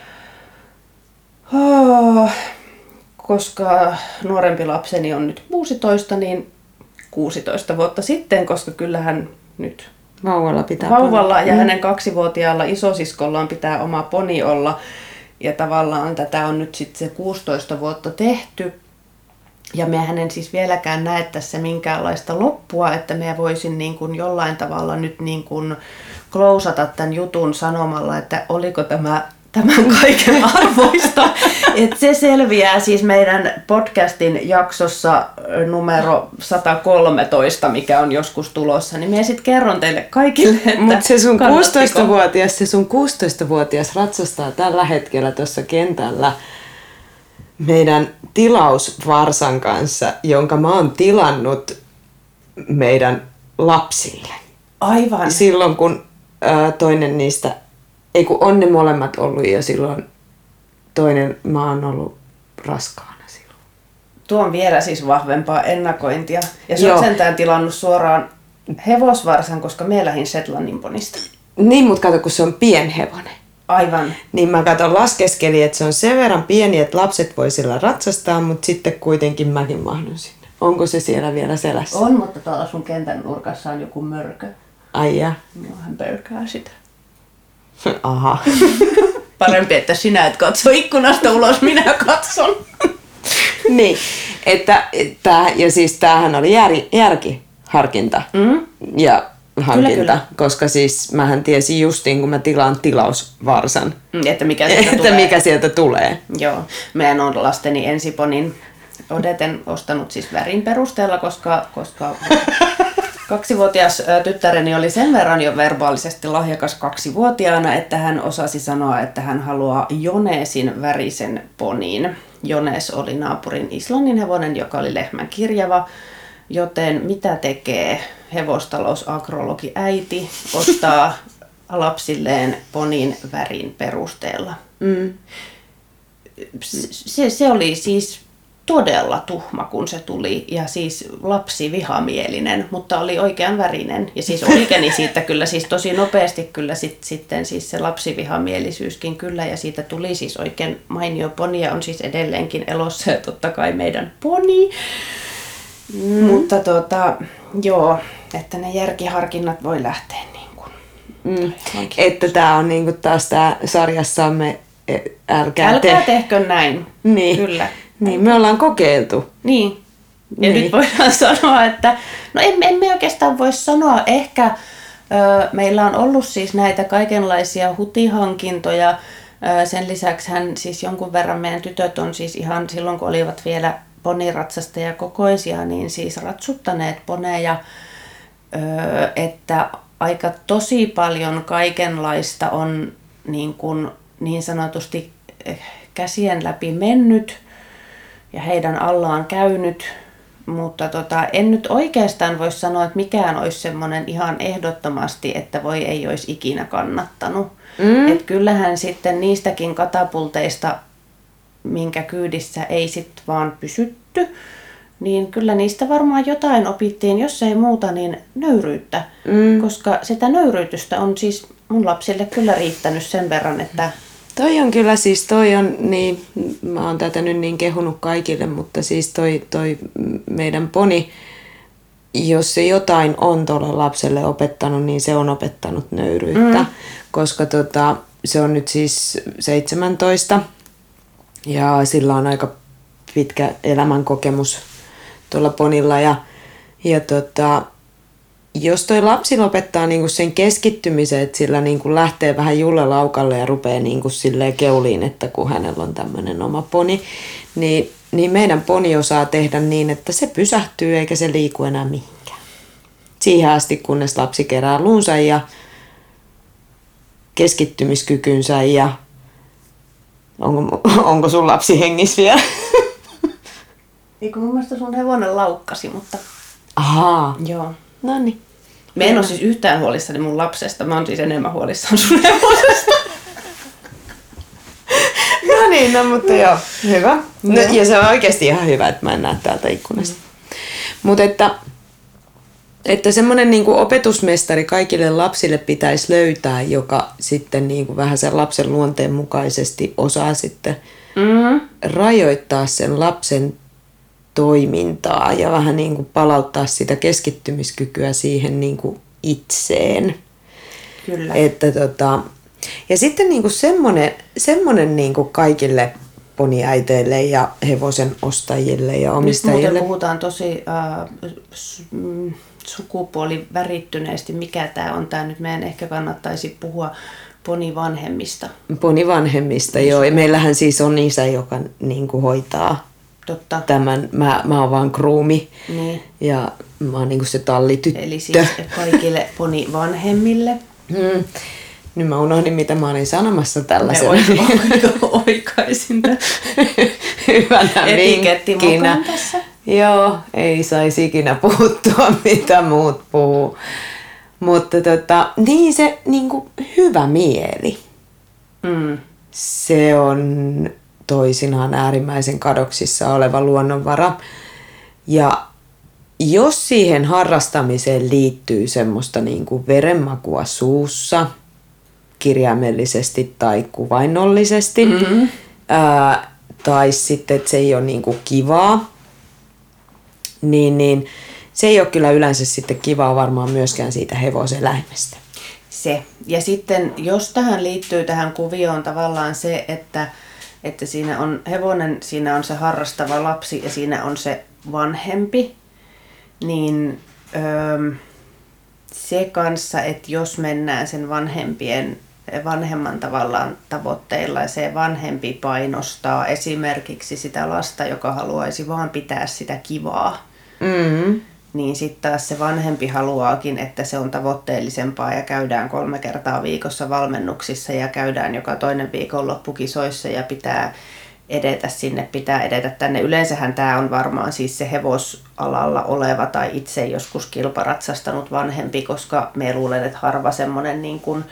koska nuorempi lapseni on nyt 16, niin 16 vuotta sitten, koska kyllähän nyt vauvalla ja hänen 2-vuotiaalla isosiskollaan pitää oma poni olla. Ja tavallaan tätä on nyt sitten se 16 vuotta tehty. Ja mehän en siis vieläkään näe tässä minkäänlaista loppua, että me voisin niin kuin jollain tavalla nyt niin kuin klousata tämän jutun sanomalla, että oliko tämän kaiken arvoista. Että se selviää siis meidän podcastin jaksossa numero 113, mikä on joskus tulossa. Niin minä sitten kerron teille kaikille, että mutta se sun 16-vuotias ratsastaa tällä hetkellä tuossa kentällä meidän tilausvarsan kanssa, jonka mä oon tilannut meidän lapsille. Aivan. Silloin kun toinen niistä, ei kun on ne molemmat ollut jo silloin, toinen mä oon ollut raskaana silloin. Tuo on vielä siis vahvempaa ennakointia. Ja sä Joo. oot sentään tilannut suoraan hevosvarsan, koska me lähdin Shetlandin ponista. Niin, mutta kato, kun se on pienhevonen. Aivan. Niin mä laskeskelin, että se on sen verran pieni, että lapset voi sillä ratsastaa, mutta sitten kuitenkin mäkin mahdun sinne. Onko se siellä vielä selässä? On, mutta tuolla sun kentän nurkassa on joku mörkö. Ai ja. Hän pelkää sitä. Aha. Parempi, että sinä et katso ikkunasta ulos, minä katson. Niin, ja siis tämähän oli järkiharkinta ja hankinta, Kyllä. koska siis mähän tiesin justiin, kun mä tilaan tilausvarsan, Että mikä sieltä tulee. mikä sieltä tulee. Joo, meidän on lasteni ensiponin Odeten ostanut siis värin perusteella, koska 2-vuotias tyttäreni oli sen verran jo verbaalisesti lahjakas 2-vuotiaana, että hän osasi sanoa, että hän haluaa Jonesin värisen ponin. Jones oli naapurin Islannin hevonen, joka oli lehmän kirjava, joten mitä tekee hevostalousagrologi äiti? Ostaa lapsilleen ponin värin perusteella. Se oli siis todella tuhma, kun se tuli, ja siis lapsi vihamielinen, mutta oli oikean värinen. Ja siis oikeni siitä kyllä siis tosi nopeasti kyllä sitten siis se lapsivihamielisyyskin kyllä, ja siitä tuli siis oikein mainio poni, ja on siis edelleenkin elossa, ja totta kai meidän poni. Mutta joo, että ne järkiharkinnat voi lähteä niin kuin. Että tää on niinku taas tää sarjassamme älkää tehkö näin, niin. kyllä. Niin, me ollaan kokeiltu. Niin. Ja Niin. nyt voidaan sanoa, että no emme oikeastaan voi sanoa. Ehkä meillä on ollut siis näitä kaikenlaisia hutihankintoja. Sen lisäksi hän siis jonkun verran meidän tytöt on siis ihan silloin, kun olivat vielä poniratsastajia kokoisia, niin siis ratsuttaneet poneja, että aika tosi paljon kaikenlaista on niin sanotusti käsien läpi mennyt ja heidän allaan käynyt, mutta en nyt oikeastaan voi sanoa, että mikään olisi semmoinen ihan ehdottomasti, että voi ei olisi ikinä kannattanut. Et kyllähän sitten niistäkin katapulteista, minkä kyydissä ei sitten vaan pysytty, niin kyllä niistä varmaan jotain opittiin, jos ei muuta, niin nöyryyttä. Koska sitä nöyryytystä on siis mun lapsille kyllä riittänyt sen verran, että Toi on kyllä siis, niin, mä oon tätä nyt niin kehunut kaikille, mutta siis toi meidän poni, jos se jotain on tuolle lapselle opettanut, niin se on opettanut nöyryyttä, koska se on nyt siis 17 ja sillä on aika pitkä elämänkokemus tuolla ponilla ja jos toi lapsi lopettaa niinku sen keskittymisen, että sillä niinku lähtee vähän Julle laukalle ja rupeaa niinku silleen keuliin, että kun hänellä on tämmöinen oma poni, niin meidän poni osaa tehdä niin, että se pysähtyy eikä se liiku enää mihinkään. Siihen asti, kunnes lapsi kerää luunsa ja keskittymiskykynsä ja onko sun lapsi hengissä vielä? Eikö mun mielestä sun hevonen laukkasi, mutta Ahaa. joo. No niin. Mä en ole siis yhtään huolissani mun lapsesta, mä oon siis enemmän huolissaan sun hevosesta. No niin, no mutta joo, hyvä. No, ja se on oikeasti ihan hyvä, että mä en näe täältä ikkunasta. Mutta että semmoinen niinku opetusmestari kaikille lapsille pitäisi löytää, joka sitten niinku vähän sen lapsen luonteen mukaisesti osaa sitten rajoittaa sen lapsen toimintaa ja vähän niin kuin palauttaa sitä keskittymiskykyä siihen niin kuin itseen. Kyllä. Että ja sitten niin kuin semmoinen niin kuin kaikille poniäiteille ja hevosen ostajille ja omistajille. Nyt muuten puhutaan tosi sukupuolivärittyneesti, mikä tämä on. Tämä nyt meidän ehkä kannattaisi puhua ponivanhemmista. Ponivanhemmista, joo. Ja meillähän siis on isä, joka niin kuin hoitaa Totta. tämän. Mä oon vaan groomie Niin. ja mä oon niin kuin se tallityttö. Eli siis kaikille ponivanhemmille. Nyt mä unohdin, mitä mä olin sanomassa tällaisen. Oikaisin tämän Hyvänä etiketti vinkkinä. mukaan tässä. Joo, ei saisi ikinä puuttua, mitä muut puhuu. Mutta niin se niinku hyvä mieli, se on toisinaan äärimmäisen kadoksissa oleva luonnonvara. Ja jos siihen harrastamiseen liittyy semmoista niinku verenmakua suussa, kirjaimellisesti tai kuvainnollisesti, tai sitten, että se ei ole niinku kivaa, niin se ei ole kyllä yleensä sitten kivaa varmaan myöskään siitä hevoseläimestä. Se. Ja sitten jos tähän liittyy tähän kuvioon tavallaan se, että siinä on hevonen, siinä on se harrastava lapsi ja siinä on se vanhempi, niin se kanssa, että jos mennään sen vanhemman tavallaan tavoitteilla ja se vanhempi painostaa esimerkiksi sitä lasta, joka haluaisi vaan pitää sitä kivaa, niin sitten taas se vanhempi haluaakin, että se on tavoitteellisempaa ja käydään 3 kertaa viikossa valmennuksissa ja käydään joka toinen viikonloppu kisoissa ja pitää edetä sinne, pitää edetä tänne. Yleensähän tämä on varmaan siis se hevosalalla oleva tai itse joskus kilparatsastanut vanhempi, koska me luulen, että harva semmoinen niin kuin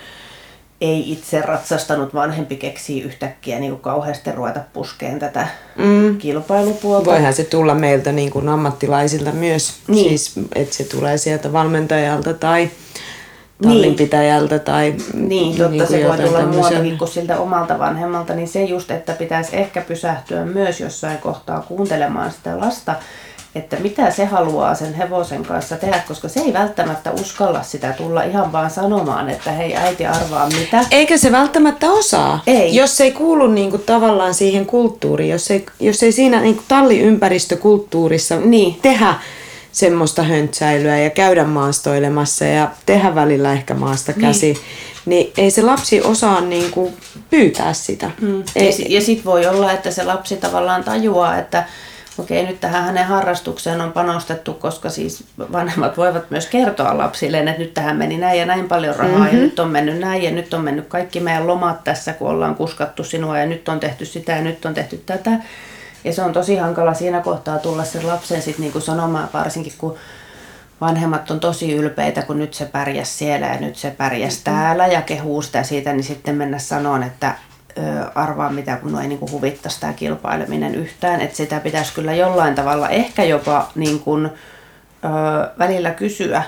ei itse ratsastanut vanhempi keksii yhtäkkiä niin kuin kauheasti ruveta puskeen tätä kilpailupuolta. Voihan se tulla meiltä niin kuin ammattilaisilta myös, siis että se tulee sieltä valmentajalta tai tallinpitäjältä tai niin, totta se voi tulla muualtakin kuin siltä omalta vanhemmalta, niin se just, että pitäisi ehkä pysähtyä myös jossain kohtaa kuuntelemaan sitä lasta, että mitä se haluaa sen hevosen kanssa tehdä, koska se ei välttämättä uskalla sitä tulla ihan vaan sanomaan, että hei äiti arvaa mitä. Eikä se välttämättä osaa, jos ei kuulu niinku tavallaan siihen kulttuuriin, jos ei siinä niinku talliympäristökulttuurissa tehdä semmoista höntsäilyä ja käydä maastoilemassa ja tehdä välillä ehkä maasta käsi, niin ei se lapsi osaa niinku pyytää sitä. Ja sit voi olla, että se lapsi tavallaan tajuaa, että okei, nyt tähän hänen harrastukseen on panostettu, koska siis vanhemmat voivat myös kertoa lapsilleen, että nyt tähän meni näin ja näin paljon rahaa ja nyt on mennyt näin ja nyt on mennyt kaikki meidän lomat tässä, kun ollaan kuskattu sinua ja nyt on tehty sitä ja nyt on tehty tätä. Ja se on tosi hankala siinä kohtaa tulla sen lapsen sit niinku sanomaan, varsinkin kun vanhemmat on tosi ylpeitä, kun nyt se pärjäs siellä ja nyt se pärjäs täällä ja kehuu sitä siitä, niin sitten mennä sanoon, että arvaa mitä, kun ei niinku huvittaisi tämä kilpaileminen yhtään. Että sitä pitäisi kyllä jollain tavalla ehkä jopa niin kuin, välillä kysyä,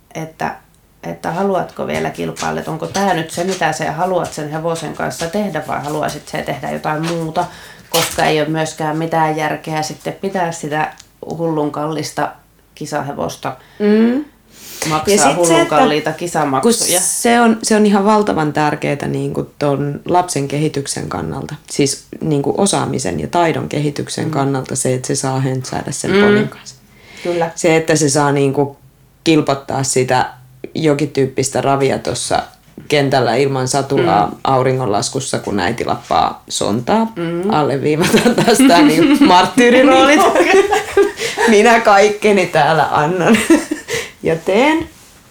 että haluatko vielä kilpailla, että onko tämä nyt se, mitä sä haluat sen hevosen kanssa tehdä vai haluaisit sä tehdä jotain muuta, koska ei ole myöskään mitään järkeä sitten pitää sitä hullun kallista kisahevosta maksaa hullun kalliita kisamaksuja. Se on ihan valtavan tärkeää niin kuin ton lapsen kehityksen kannalta, siis niin kuin osaamisen ja taidon kehityksen kannalta se, että se saa höntsäillä sen ponin kanssa. Kyllä. Se, että se saa niin kuin kilpottaa sitä jokin tyyppistä ravia tuossa kentällä ilman satulaa auringonlaskussa, kun äiti lappaa sontaa. Alleviivataan taas tää niin marttyyriroolit. Minä kaikkeni täällä annan ja teen.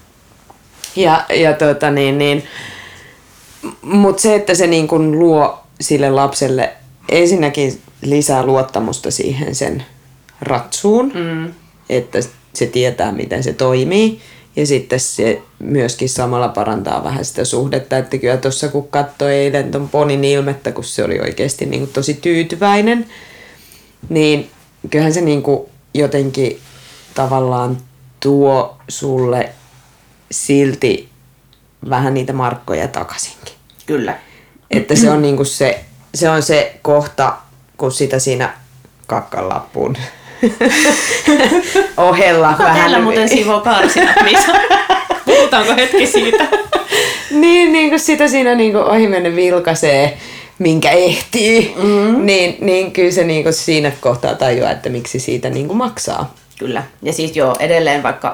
Mutta se, että se niin kun luo sille lapselle ensinnäkin lisää luottamusta siihen sen ratsuun, että se tietää, miten se toimii. Ja sitten se myöskin samalla parantaa vähän sitä suhdetta, että kyllä tuossa kun katsoi eilen ton ponin ilmettä, kun se oli oikeasti niin kuin tosi tyytyväinen, niin kyllähän se niin kuin jotenkin tavallaan tuo sulle silti vähän niitä markkoja takaisinkin. Kyllä. Että se on, niin kuin se on se kohta, kun sitä siinä kakkanlappuun ohella onko vähän. Teillä muuten siivoo kaarsinat, Miisa? Puhutaanko hetki siitä? niin kun sitä siinä niin kuin ohimennen vilkaisee, minkä ehtii, niin kyllä se niin kuin siinä kohtaa tajuaa, että miksi siitä niin kuin maksaa. Kyllä. Ja siis joo, edelleen vaikka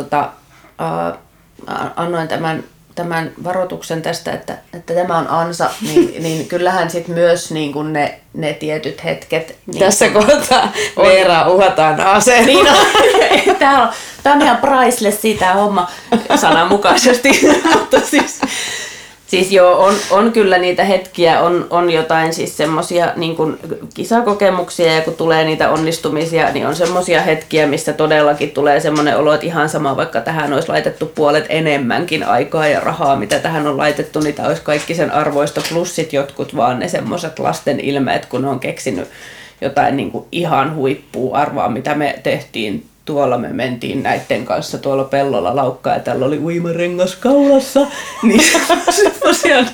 annoin tämän varoituksen tästä, että tämä on ansa, niin kyllähän sit myös niin kuin ne tietyt hetket. Niin tässä kohtaa Veeraa uhataan aseen. Niin tämä on ihan priceless siitä homma sananmukaisesti. Mutta Siis joo, on kyllä niitä hetkiä, on jotain siis semmosia niin kuin kisakokemuksia ja kun tulee niitä onnistumisia, niin on semmosia hetkiä, missä todellakin tulee semmoinen olo, että ihan sama, vaikka tähän olisi laitettu puolet enemmänkin aikaa ja rahaa, mitä tähän on laitettu, niin tämä olisi kaikki sen arvoista, plussit jotkut vaan ne semmoiset lasten ilmeet, kun ne on keksinyt jotain niin kuin ihan huippua arvaa, mitä me tehtiin. Tuolla me mentiin näiden kanssa tuolla pellolla laukkaa ja täällä oli uimarengas kaulassa. Niin semmosia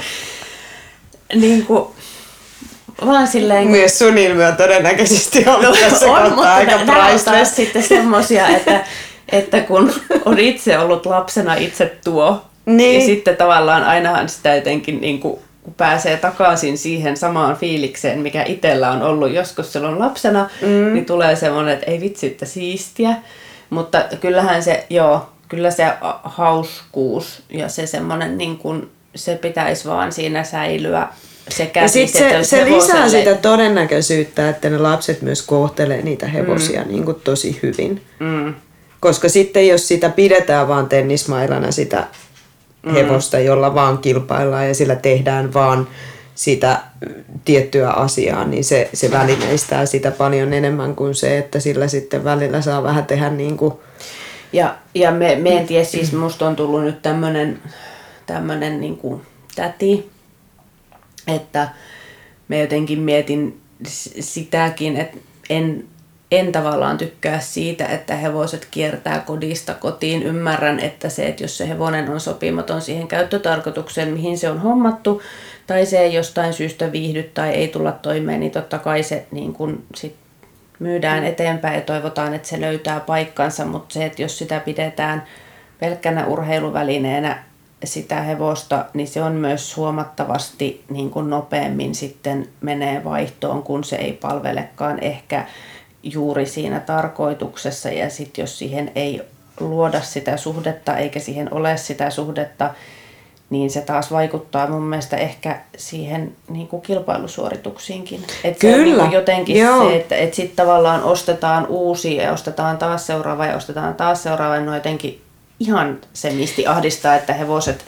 niinku vaan silleen... Myös sun ilme on todennäköisesti ollut tässä kohtaa aika priceless. Sitten semmosia, että kun on itse ollut lapsena itse tuo, niin sitten tavallaan ainahan sitä jotenkin niinku kun pääsee takaisin siihen samaan fiilikseen, mikä itsellä on ollut joskus silloin lapsena, niin tulee semmoinen, että ei vitsi, että siistiä. Mutta kyllähän se, kyllä se hauskuus ja se semmoinen, niin kuin, se pitäisi vaan siinä säilyä. Ja sitten se lisää sitä todennäköisyyttä, että ne lapset myös kohtelee niitä hevosia niin kuin tosi hyvin. Koska sitten jos sitä pidetään vaan tennismailana sitä hevosta, jolla vaan kilpaillaan ja sillä tehdään vaan sitä tiettyä asiaa, niin se välineistää sitä paljon enemmän kuin se, että sillä sitten välillä saa vähän tehdä niin kuin... Ja me en tiedä, siis musta on tullut nyt tämmönen niin kuin täti, että mä jotenkin mietin sitäkin, että en tavallaan tykkää siitä, että hevoset kiertää kodista kotiin. Ymmärrän, että se, että jos se hevonen on sopimaton siihen käyttötarkoitukseen, mihin se on hommattu, tai se ei jostain syystä viihdy tai ei tulla toimeen, niin totta kai se niin kun sit myydään eteenpäin ja toivotaan, että se löytää paikkansa. Mutta se, että jos sitä pidetään pelkkänä urheiluvälineenä sitä hevosta, niin se on myös huomattavasti niin kun nopeammin sitten menee vaihtoon, kun se ei palvelekaan ehkä juuri siinä tarkoituksessa, ja sitten jos siihen ei luoda sitä suhdetta eikä siihen ole sitä suhdetta, niin se taas vaikuttaa mun mielestä ehkä siihen niin kuin kilpailusuorituksiinkin. Että kyllä, se on niin kuin jotenkin se, että sitten tavallaan ostetaan uusia ja ostetaan taas seuraava ja ostetaan taas seuraava, ja no jotenkin ihan se misti ahdistaa, että hevoset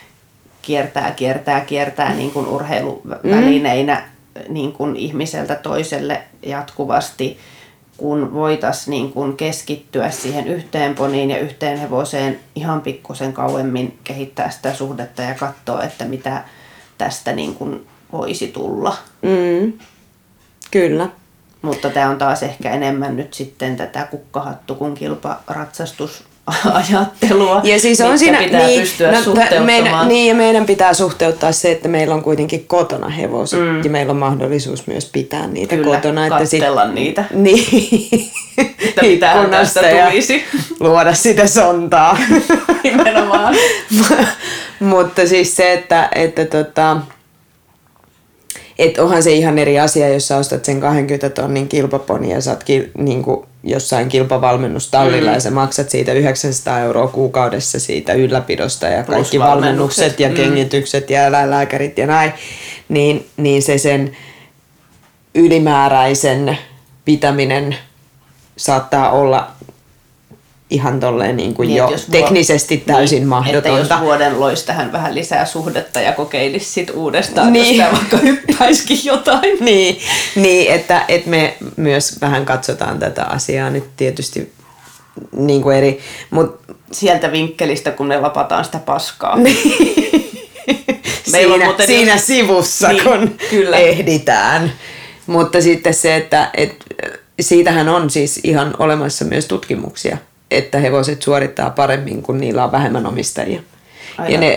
kiertää niin kuin urheiluvälineinä niin kuin ihmiseltä toiselle jatkuvasti, kun voitaisiin niin kuin keskittyä siihen yhteen poniin ja yhteen hevoseen ihan pikkusen kauemmin, kehittää sitä suhdetta ja katsoa, että mitä tästä niin kuin voisi tulla. Kyllä. Mutta tämä on taas ehkä enemmän nyt sitten tätä kukkahattu kuin kilparatsatusajattelua, ja siis on siinä, pitää pystyä suhteuttamaan. Meidän pitää suhteuttaa se, että meillä on kuitenkin kotona hevoset ja meillä on mahdollisuus myös pitää niitä kyllä, kotona. katsella niitä. Niin. Että mitä tästä tulisi. Luoda sitä sontaa. Nimenomaan. Mutta siis se, että onhan se ihan eri asia, jos sä ostat sen 20 tonnin kilpaponi ja sä oot niinku jossain kilpavalmennustallilla ja sä maksat siitä 900 € kuukaudessa siitä ylläpidosta ja kaikki valmennukset ja kengitykset ja eläinlääkärit ja näin, niin se sen ylimääräisen pitäminen saattaa olla ihan tolleen niin kuin jo teknisesti täysin mahdotonta. Että jos vuoden loisi tähän vähän lisää suhdetta ja kokeilisi sit uudestaan, jos sitä vaikka hyppäisikin jotain. Niin että me myös vähän katsotaan tätä asiaa nyt tietysti niin kuin eri... Sieltä vinkkelistä, kun me lapataan sitä paskaa. siinä sivussa, niin, kun kyllä ehditään. Mutta sitten se, että siitähän on siis ihan olemassa myös tutkimuksia, että hevoset suorittaa paremmin, kun niillä on vähemmän omistajia. Aivan. Ja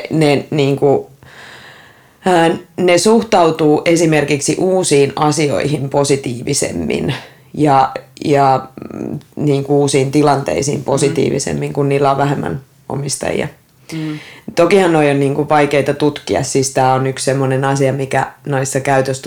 ne suhtautuu esimerkiksi uusiin asioihin positiivisemmin ja niin kuin uusiin tilanteisiin positiivisemmin, kun niillä on vähemmän omistajia. Tokihan noi on niin kuin vaikeita tutkia, siis tämä on yksi semmoinen asia, mikä noissa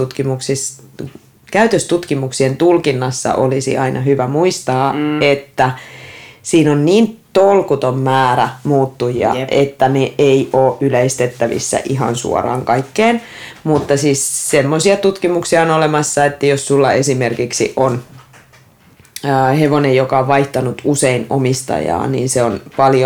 käytöstutkimuksien tulkinnassa olisi aina hyvä muistaa, että siinä on niin tolkuton määrä muuttujia, että ne ei ole yleistettävissä ihan suoraan kaikkeen. Mutta siis semmoisia tutkimuksia on olemassa, että jos sulla esimerkiksi on hevonen, joka on vaihtanut usein omistajaa, niin se on paljon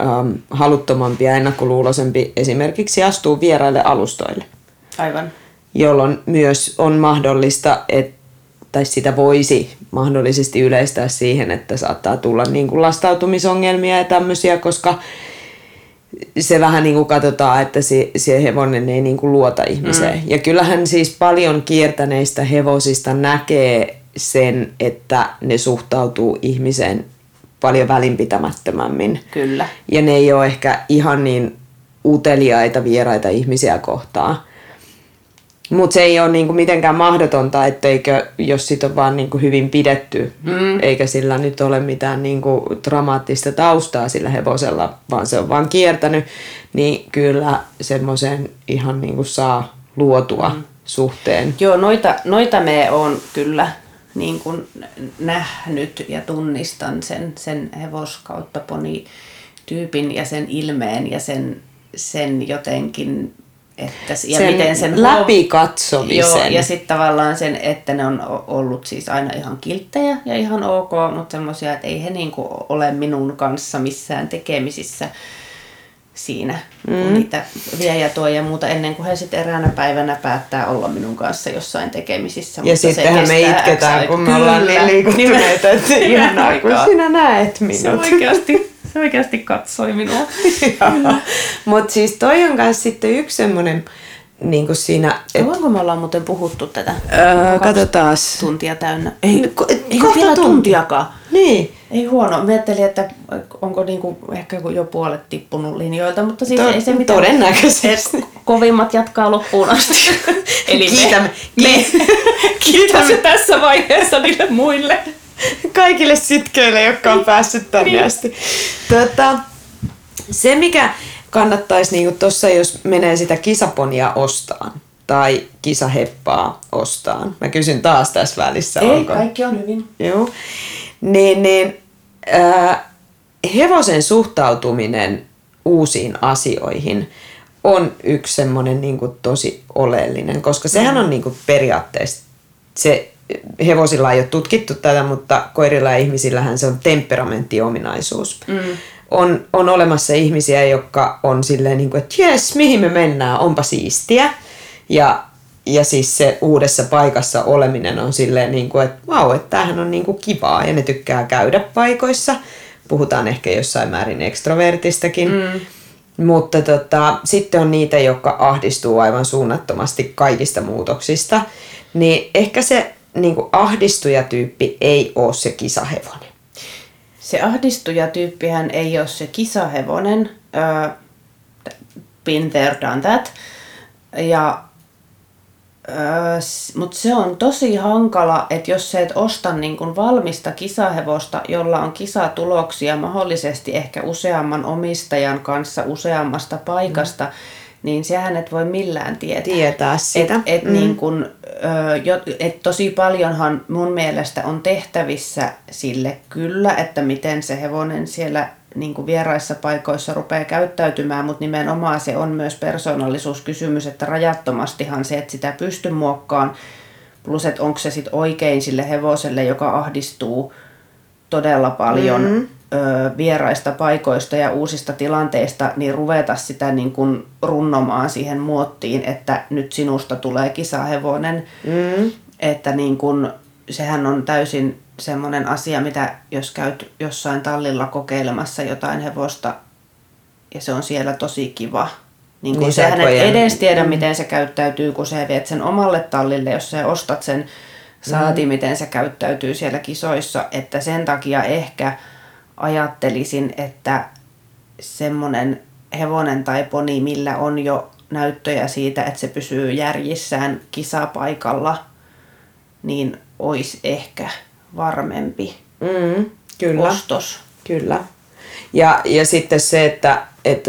haluttomampi ja ennakkoluuloisempi esimerkiksi astuu vieraille alustoille. Aivan. Jolloin myös on mahdollista, tai sitä voisi mahdollisesti yleistää siihen, että saattaa tulla niin kuin lastautumisongelmia ja tämmöisiä, koska se vähän niin kuin katsotaan, että se hevonen ei niin kuin luota ihmiseen. Ja kyllähän siis paljon kiertäneistä hevosista näkee sen, että ne suhtautuu ihmiseen paljon välinpitämättömämmin. Kyllä. Ja ne ei ole ehkä ihan niin uteliaita vieraita ihmisiä kohtaan. Mutta se ei ole niinku mitenkään mahdotonta, etteikö, jos sit on vaan niinku hyvin pidetty, eikä sillä nyt ole mitään niinku dramaattista taustaa sillä hevosella, vaan se on vaan kiertänyt, niin kyllä semmoisen ihan niinku saa luotua suhteen. Joo, noita me on kyllä niin kuin nähnyt ja tunnistan sen hevos kautta poni-tyypin ja sen ilmeen ja sen jotenkin, että ja sen miten sen läpikatsomisen. Joo, ja sitten tavallaan sen, että ne on ollut siis aina ihan kilttejä ja ihan ok, mutta semmoisia, että ei he niinku ole minun kanssa missään tekemisissä siinä, kun niitä vie ja tuo ja muuta, ennen kuin he sitten eräänä päivänä päättää olla minun kanssa jossain tekemisissä. Ja sittenhän me itketään, kun me ollaan niin liikuttuneita, että ihanaa, kun sinä näet minut. Se oikeasti katsoi minua. Mutta siis toi on myös sitten yksi semmoinen, niin kuin siinä... Kauanko me ollaan muuten puhuttu tätä? Katsotaas. Tuntia täynnä. Ei kohta vielä tuntiakaan. Niin. Ei huono. Mä ajattelin, että onko niinku ehkä jo puolet tippunut linjoilta, mutta siis ei se mitään. Todennäköisesti. Kovimmat jatkaa loppuun asti. Eli Kiitämme tässä vaiheessa niille muille. Kaikille sitkeille, jotka on päässyt tänne asti. Se, mikä kannattaisi niinku tuossa, jos menee sitä kisaponia ostaan tai kisaheppaa ostaan. Mä kysyn taas tässä välissä. Ei, kaikki on hyvin. Joo. Hevosen suhtautuminen uusiin asioihin on yksi semmoinen niinku tosi oleellinen, koska sehän on niinku periaatteessa, hevosilla ei ole tutkittu tätä, mutta koirilla ja ihmisillähän se on temperamenttiominaisuus. On olemassa ihmisiä, jotka on silleen, niin kuin, että jes, mihin me mennään, onpa siistiä. Ja siis se uudessa paikassa oleminen on silleen, niin kuin, että vau, että tämähän on niin kuin kivaa ja ne tykkää käydä paikoissa. Puhutaan ehkä jossain määrin ekstrovertistakin. Mutta sitten on niitä, jotka ahdistuu aivan suunnattomasti kaikista muutoksista. Niin ehkä se niin kuin ahdistujatyyppi ei ole se kisahevonen. Se ahdistujatyyppihän ei ole se kisahevonen. Been there, done that. Mutta se on tosi hankala, että jos sä et osta niin kun valmista kisahevosta, jolla on kisatuloksia mahdollisesti ehkä useamman omistajan kanssa useammasta paikasta, niin sehän et voi millään tietää sitä. Niin kun, et tosi paljonhan mun mielestä on tehtävissä sille kyllä, että miten se hevonen siellä niin kuin vieraissa paikoissa rupeaa käyttäytymään, mutta nimenomaan se on myös persoonallisuuskysymys, että rajattomastihan se, että sitä pystyy muokkaamaan, plus että onko se sitten oikein sille hevoselle, joka ahdistuu todella paljon vieraista paikoista ja uusista tilanteista, niin ruveta sitä niin kuin runnomaan siihen muottiin, että nyt sinusta tulee kisahevonen. Että niin kuin, sehän on täysin semmoinen asia, mitä jos käyt jossain tallilla kokeilemassa jotain hevosta ja se on siellä tosi kiva. Niin sehän et edes tiedä, miten se käyttäytyy, kun sä viet sen omalle tallille, jos sä ostat sen saati, miten se käyttäytyy siellä kisoissa. Että sen takia ehkä ajattelisin, että semmoinen hevonen tai poni, millä on jo näyttöjä siitä, että se pysyy järjissään kisapaikalla, niin olisi ehkä varmempi kyllä. ostos. Kyllä. Ja sitten se, että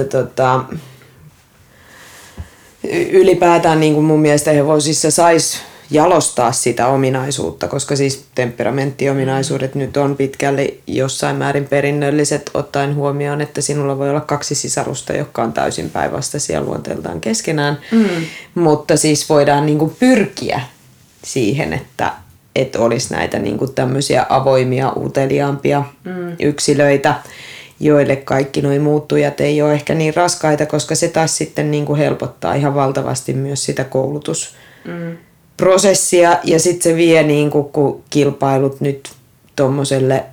ylipäätään niin kuin mun mielestä hevosissa saisi jalostaa sitä ominaisuutta, koska siis temperamenttiominaisuudet nyt on pitkälle jossain määrin perinnölliset, ottaen huomioon, että sinulla voi olla 2 sisarusta, jotka on täysin päinvastaisia luonteeltaan keskenään. Mutta siis voidaan niin kuin pyrkiä siihen, että olisi näitä niin kuin tämmöisiä avoimia, uteliaampia yksilöitä. joille kaikki nuo muuttujat ei ole ehkä niin raskaita, koska se taas sitten niin kuin helpottaa ihan valtavasti myös sitä koulutusprosessia. Ja sitten se vie, niin kuin, kun kilpailut nyt tuommoiselle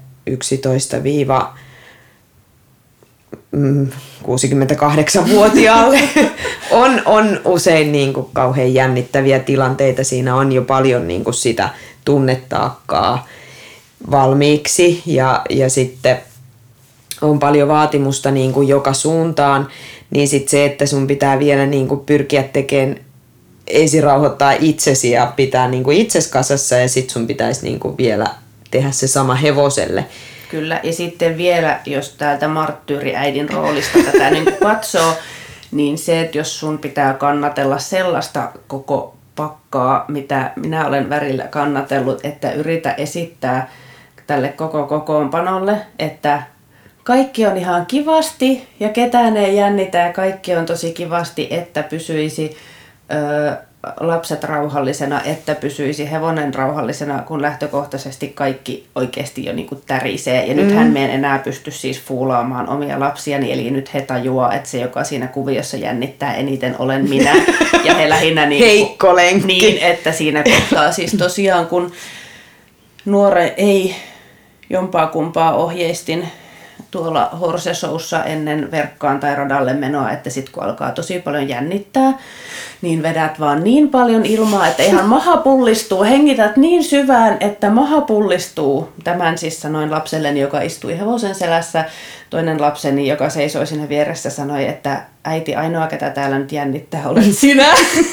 11-68-vuotiaalle on usein niin kuin kauhean jännittäviä tilanteita. Siinä on jo paljon niin kuin sitä tunnetaakkaa valmiiksi ja sitten on paljon vaatimusta niin kuin joka suuntaan, niin sitten se, että sun pitää vielä niin kuin pyrkiä tekemään, ensin rauhoittaa itsesi ja pitää niin kuin itses kasassa ja sitten sun pitäisi niin kuin vielä tehdä se sama hevoselle. Kyllä, ja sitten vielä, jos täältä marttyyriäidin roolista tätä niin kuin katsoo, niin se, että jos sun pitää kannatella sellaista koko pakkaa, mitä minä olen värillä kannatellut, että yritä esittää tälle koko kokoonpanolle, että kaikki on ihan kivasti ja ketään ei jännitä ja kaikki on tosi kivasti, että pysyisi lapset rauhallisena, että pysyisi hevonen rauhallisena, kun lähtökohtaisesti kaikki oikeasti jo niinku tärisee. Ja nythän me en enää pysty siis fuulaamaan omia lapsiani, eli nyt he tajuaa, että se, joka siinä kuviossa jännittää eniten, olen minä. Ja he lähinnä heikko lenkki. Niin, että siinä kohtaa siis tosiaan, kun nuore ei jompaa kumpaa ohjeistin tuolla horseshowssa ennen verkkaan tai radalle menoa, että sit kun alkaa tosi paljon jännittää, niin vedät vaan niin paljon ilmaa, että ihan maha pullistuu. Hengität niin syvään, että maha pullistuu. Tämän siis sanoin lapselleni, joka istui hevosen selässä. Toinen lapseni, joka seisoi siinä vieressä, sanoi, että äiti, ainoa ketä täällä nyt jännittää, olet sinä.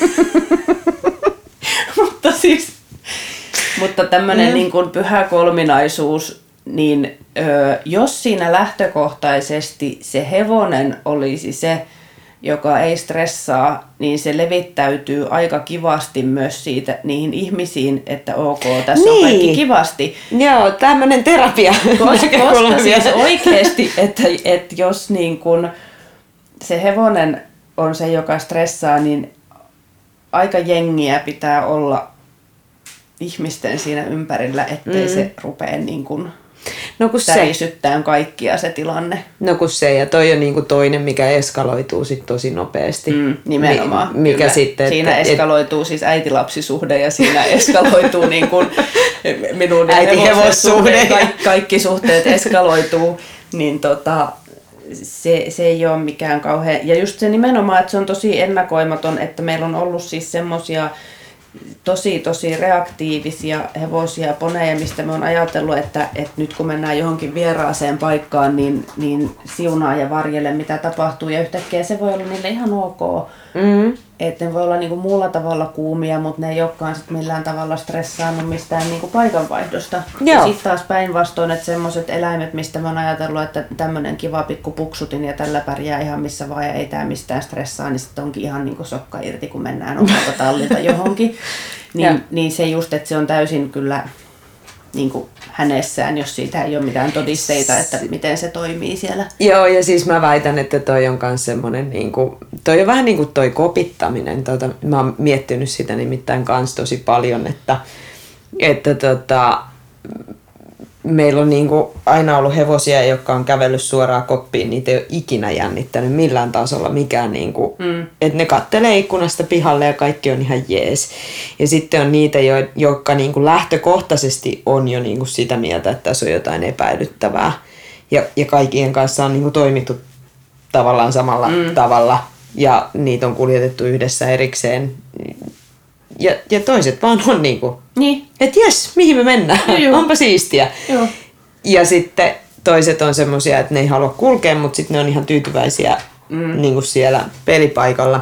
Mutta tämmöinen niin kuin pyhä kolminaisuus, niin jos siinä lähtökohtaisesti se hevonen olisi se, joka ei stressaa, niin se levittäytyy aika kivasti myös siitä niihin ihmisiin, että ok, tässä on kaikki kivasti. Joo, tämmöinen terapia. Koska siis oikeasti, että jos niin kun se hevonen on se, joka stressaa, niin aika jengiä pitää olla ihmisten siinä ympärillä, ettei se rupea niin kuin tärisyttään kaikkia se tilanne. No kun se, ja toi on niinku toinen, mikä eskaloituu sit tosi nopeasti. Nimenomaan. Mikä sitten, siinä eskaloituu siis äiti-lapsisuhde ja siinä eskaloituu niin kuin minun äiti-hevossuhde. Kaikki suhteet eskaloituu, niin se ei ole mikään kauhean. Ja just se nimenomaan, että se on tosi ennakoimaton, että meillä on ollut siis semmosia tosi reaktiivisia hevosia, poneja, mistä me on ajatellut, että nyt kun mennään johonkin vieraaseen paikkaan, niin siunaa ja varjele, mitä tapahtuu. Ja yhtäkkiä se voi olla niille ihan ok. Että ne voi olla niinku muulla tavalla kuumia, mutta ne ei olekaan sit millään tavalla stressaannut mistään niinku paikanvaihdosta. Ja sitten taas päinvastoin, että semmoiset eläimet, mistä mä oon ajatellut, että tämmöinen kiva pikku puksutin ja tällä pärjää ihan missä vaan ja ei tää mistään stressaa, niin sitten onkin ihan niinku sokka irti, kun mennään omalta tallilta johonkin. Niin se just, että se on täysin kyllä niinku hänessään, jos siitä ei ole mitään todisteita, että miten se toimii siellä. Joo, ja siis mä väitän, että toi on myös semmoinen, niinku, toi on vähän niin kuin toi kopittaminen. Mä oon miettinyt sitä nimittäin kans tosi paljon, että meillä on niinku aina ollut hevosia, jotka on kävellyt suoraan koppiin, niitä ei ole ikinä jännittänyt millään tasolla mikään, niinku, että ne kattelee ikkunasta pihalle ja kaikki on ihan jees. Ja sitten on niitä, jotka niinku lähtökohtaisesti on jo niinku sitä mieltä, että tässä on jotain epäilyttävää. Ja kaikkien kanssa on niinku toimittu tavallaan samalla tavalla ja niitä on kuljetettu yhdessä erikseen. Ja toiset vaan on niinku, että jes, mihin me mennään, onpa siistiä. Joo. Ja sitten toiset on semmosia, että ne ei halua kulkea, mutta sitten ne on ihan tyytyväisiä niinku siellä pelipaikalla.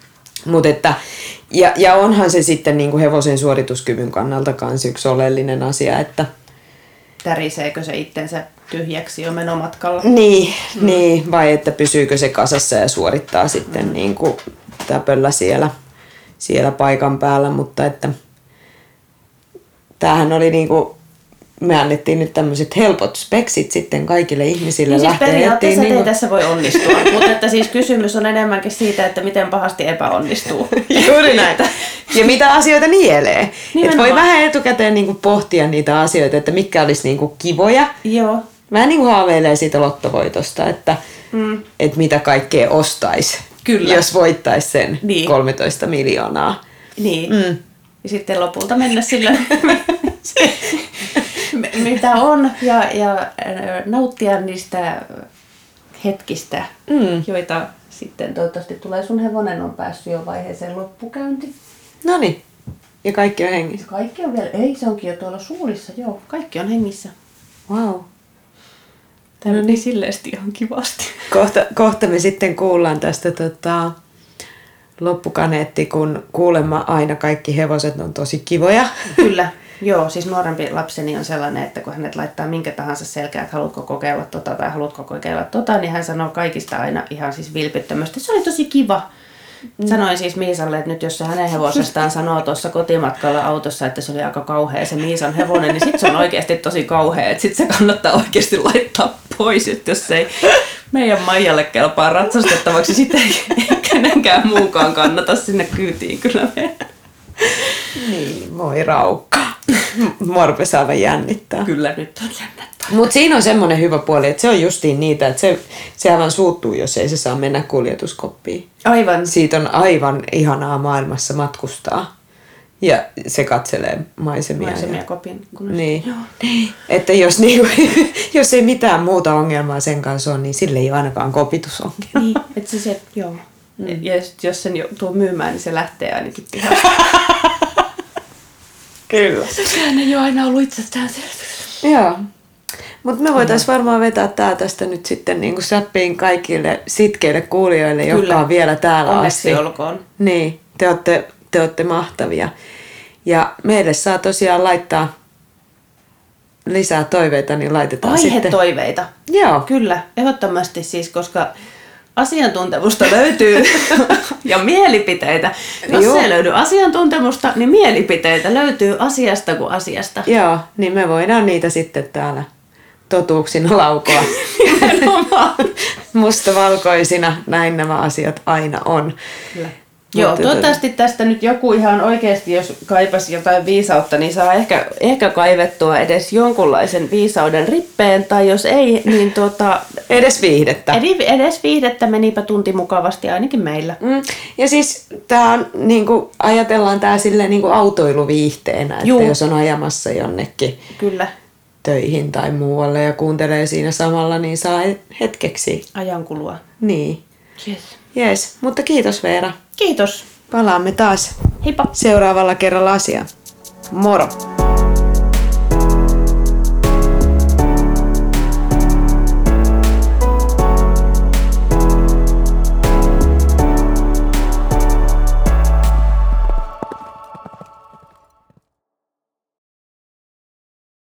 Ja onhan se sitten niinku hevosen suorituskyvyn kannalta kans yksi oleellinen asia, että täriseekö se itsensä tyhjäksi jo menomatkalla? Niin, vai että pysyykö se kasassa ja suorittaa sitten niinku täpöllä siellä paikan päällä, mutta että tämähän oli niinku, me annettiin nyt tämmöiset helpot speksit sitten kaikille ihmisille. Niin siis periaatteessa ei tässä voi onnistua, mutta että siis kysymys on enemmänkin siitä, että miten pahasti epäonnistuu. Juuri näin. Ja mitä asioita nielee. Et voi vähän etukäteen niinku pohtia niitä asioita, että mitkä olisi niinku kivoja. Joo. vähän niin kuin haaveilee siitä lottovoitosta, että mitä kaikkea ostaisi, Kyllä. jos voittaisi sen Niin. 13 miljoonaa. Niin. Ja sitten lopulta mennä sillä, mitä on, ja nauttia niistä hetkistä, joita sitten toivottavasti tulee. Sun hevonen on päässyt jo vaiheeseen loppukäynti. Noniin. Ja kaikki on hengissä. Kaikki on vielä, ei se onkin jo tuolla suulissa, joo. Kaikki on hengissä. Wow. Tämä on niin silleesti ihan kivasti. Kohta me sitten kuullaan tästä loppukaneetti, kun kuulemma aina kaikki hevoset on tosi kivoja. Kyllä, joo. Siis nuorempi lapseni on sellainen, että kun hänet laittaa minkä tahansa selkää, että haluatko kokeilla tai haluatko kokeilla niin hän sanoo kaikista aina ihan siis vilpittömästi. Se oli tosi kiva. Sanoin siis Miisalle, että nyt jos se hänen hevosestaan sanoo tuossa kotimatkalla autossa, että se oli aika kauhea se Miisan hevonen, niin sitten se on oikeasti tosi kauhea. Että sitten se kannattaa oikeasti laittaa pois, että jos ei meidän Maijalle kelpaa ratsastettavaksi, sitten ei kenenkään muukaan kannata sinne kyytiin kyllä mennä. Niin, voi raukka. Mua rupesi aivan jännittää. Kyllä nyt on jännittää. Mutta siinä on semmoinen hyvä puoli, että se on justiin niitä, että se aivan suuttuu, jos ei se saa mennä kuljetuskoppiin. Aivan. Siitä on aivan ihanaa maailmassa matkustaa. Ja se katselee maisemia. Maisemia kopin. Niin. Niin. Että jos ei mitään muuta ongelmaa sen kanssa ole, niin sille ei ole ainakaan kopitusongelma. Niin, että se joo. Ja jos sen joutuu myymään, niin se lähtee ainakin pihasta. Kyllä. Sehän ei ole aina ollut itsestäänselvyys. Joo. Mutta me voitaisiin varmaan vetää tää tästä nyt sitten niin kuin säppiin kaikille sitkeille kuulijoille, jotka on vielä täällä Onneksi asti. olkoon. Niin, te olette mahtavia. Ja meille saa tosiaan laittaa lisää toiveita, niin laitetaan sitten. Aihetoiveita. Joo. Kyllä, ehdottomasti siis, koska asiantuntemusta löytyy ja mielipiteitä. Jos ei löydy asiantuntemusta, niin mielipiteitä löytyy asiasta kuin asiasta. Joo, niin me voidaan niitä sitten täällä totuuksina laukoa. Mustavalkoisina näin nämä asiat aina on. Kyllä. Joo, toivottavasti tästä nyt joku ihan oikeasti, jos kaipasi jotain viisautta, niin saa ehkä kaivettua edes jonkunlaisen viisauden rippeen, tai jos ei, niin edes viihdettä. Edes viihdettä, menipä tunti mukavasti ainakin meillä. Ja siis tää on, niinku, ajatellaan tää silleen niinku autoiluviihteenä, että jos on ajamassa jonnekin Kyllä. töihin tai muualle ja kuuntelee siinä samalla, niin saa hetkeksi ajankulua. Niin. Yes. Yes, mutta kiitos Veera. Kiitos. Palaamme taas Heippa. seuraavalla kerralla asiaan. Moro!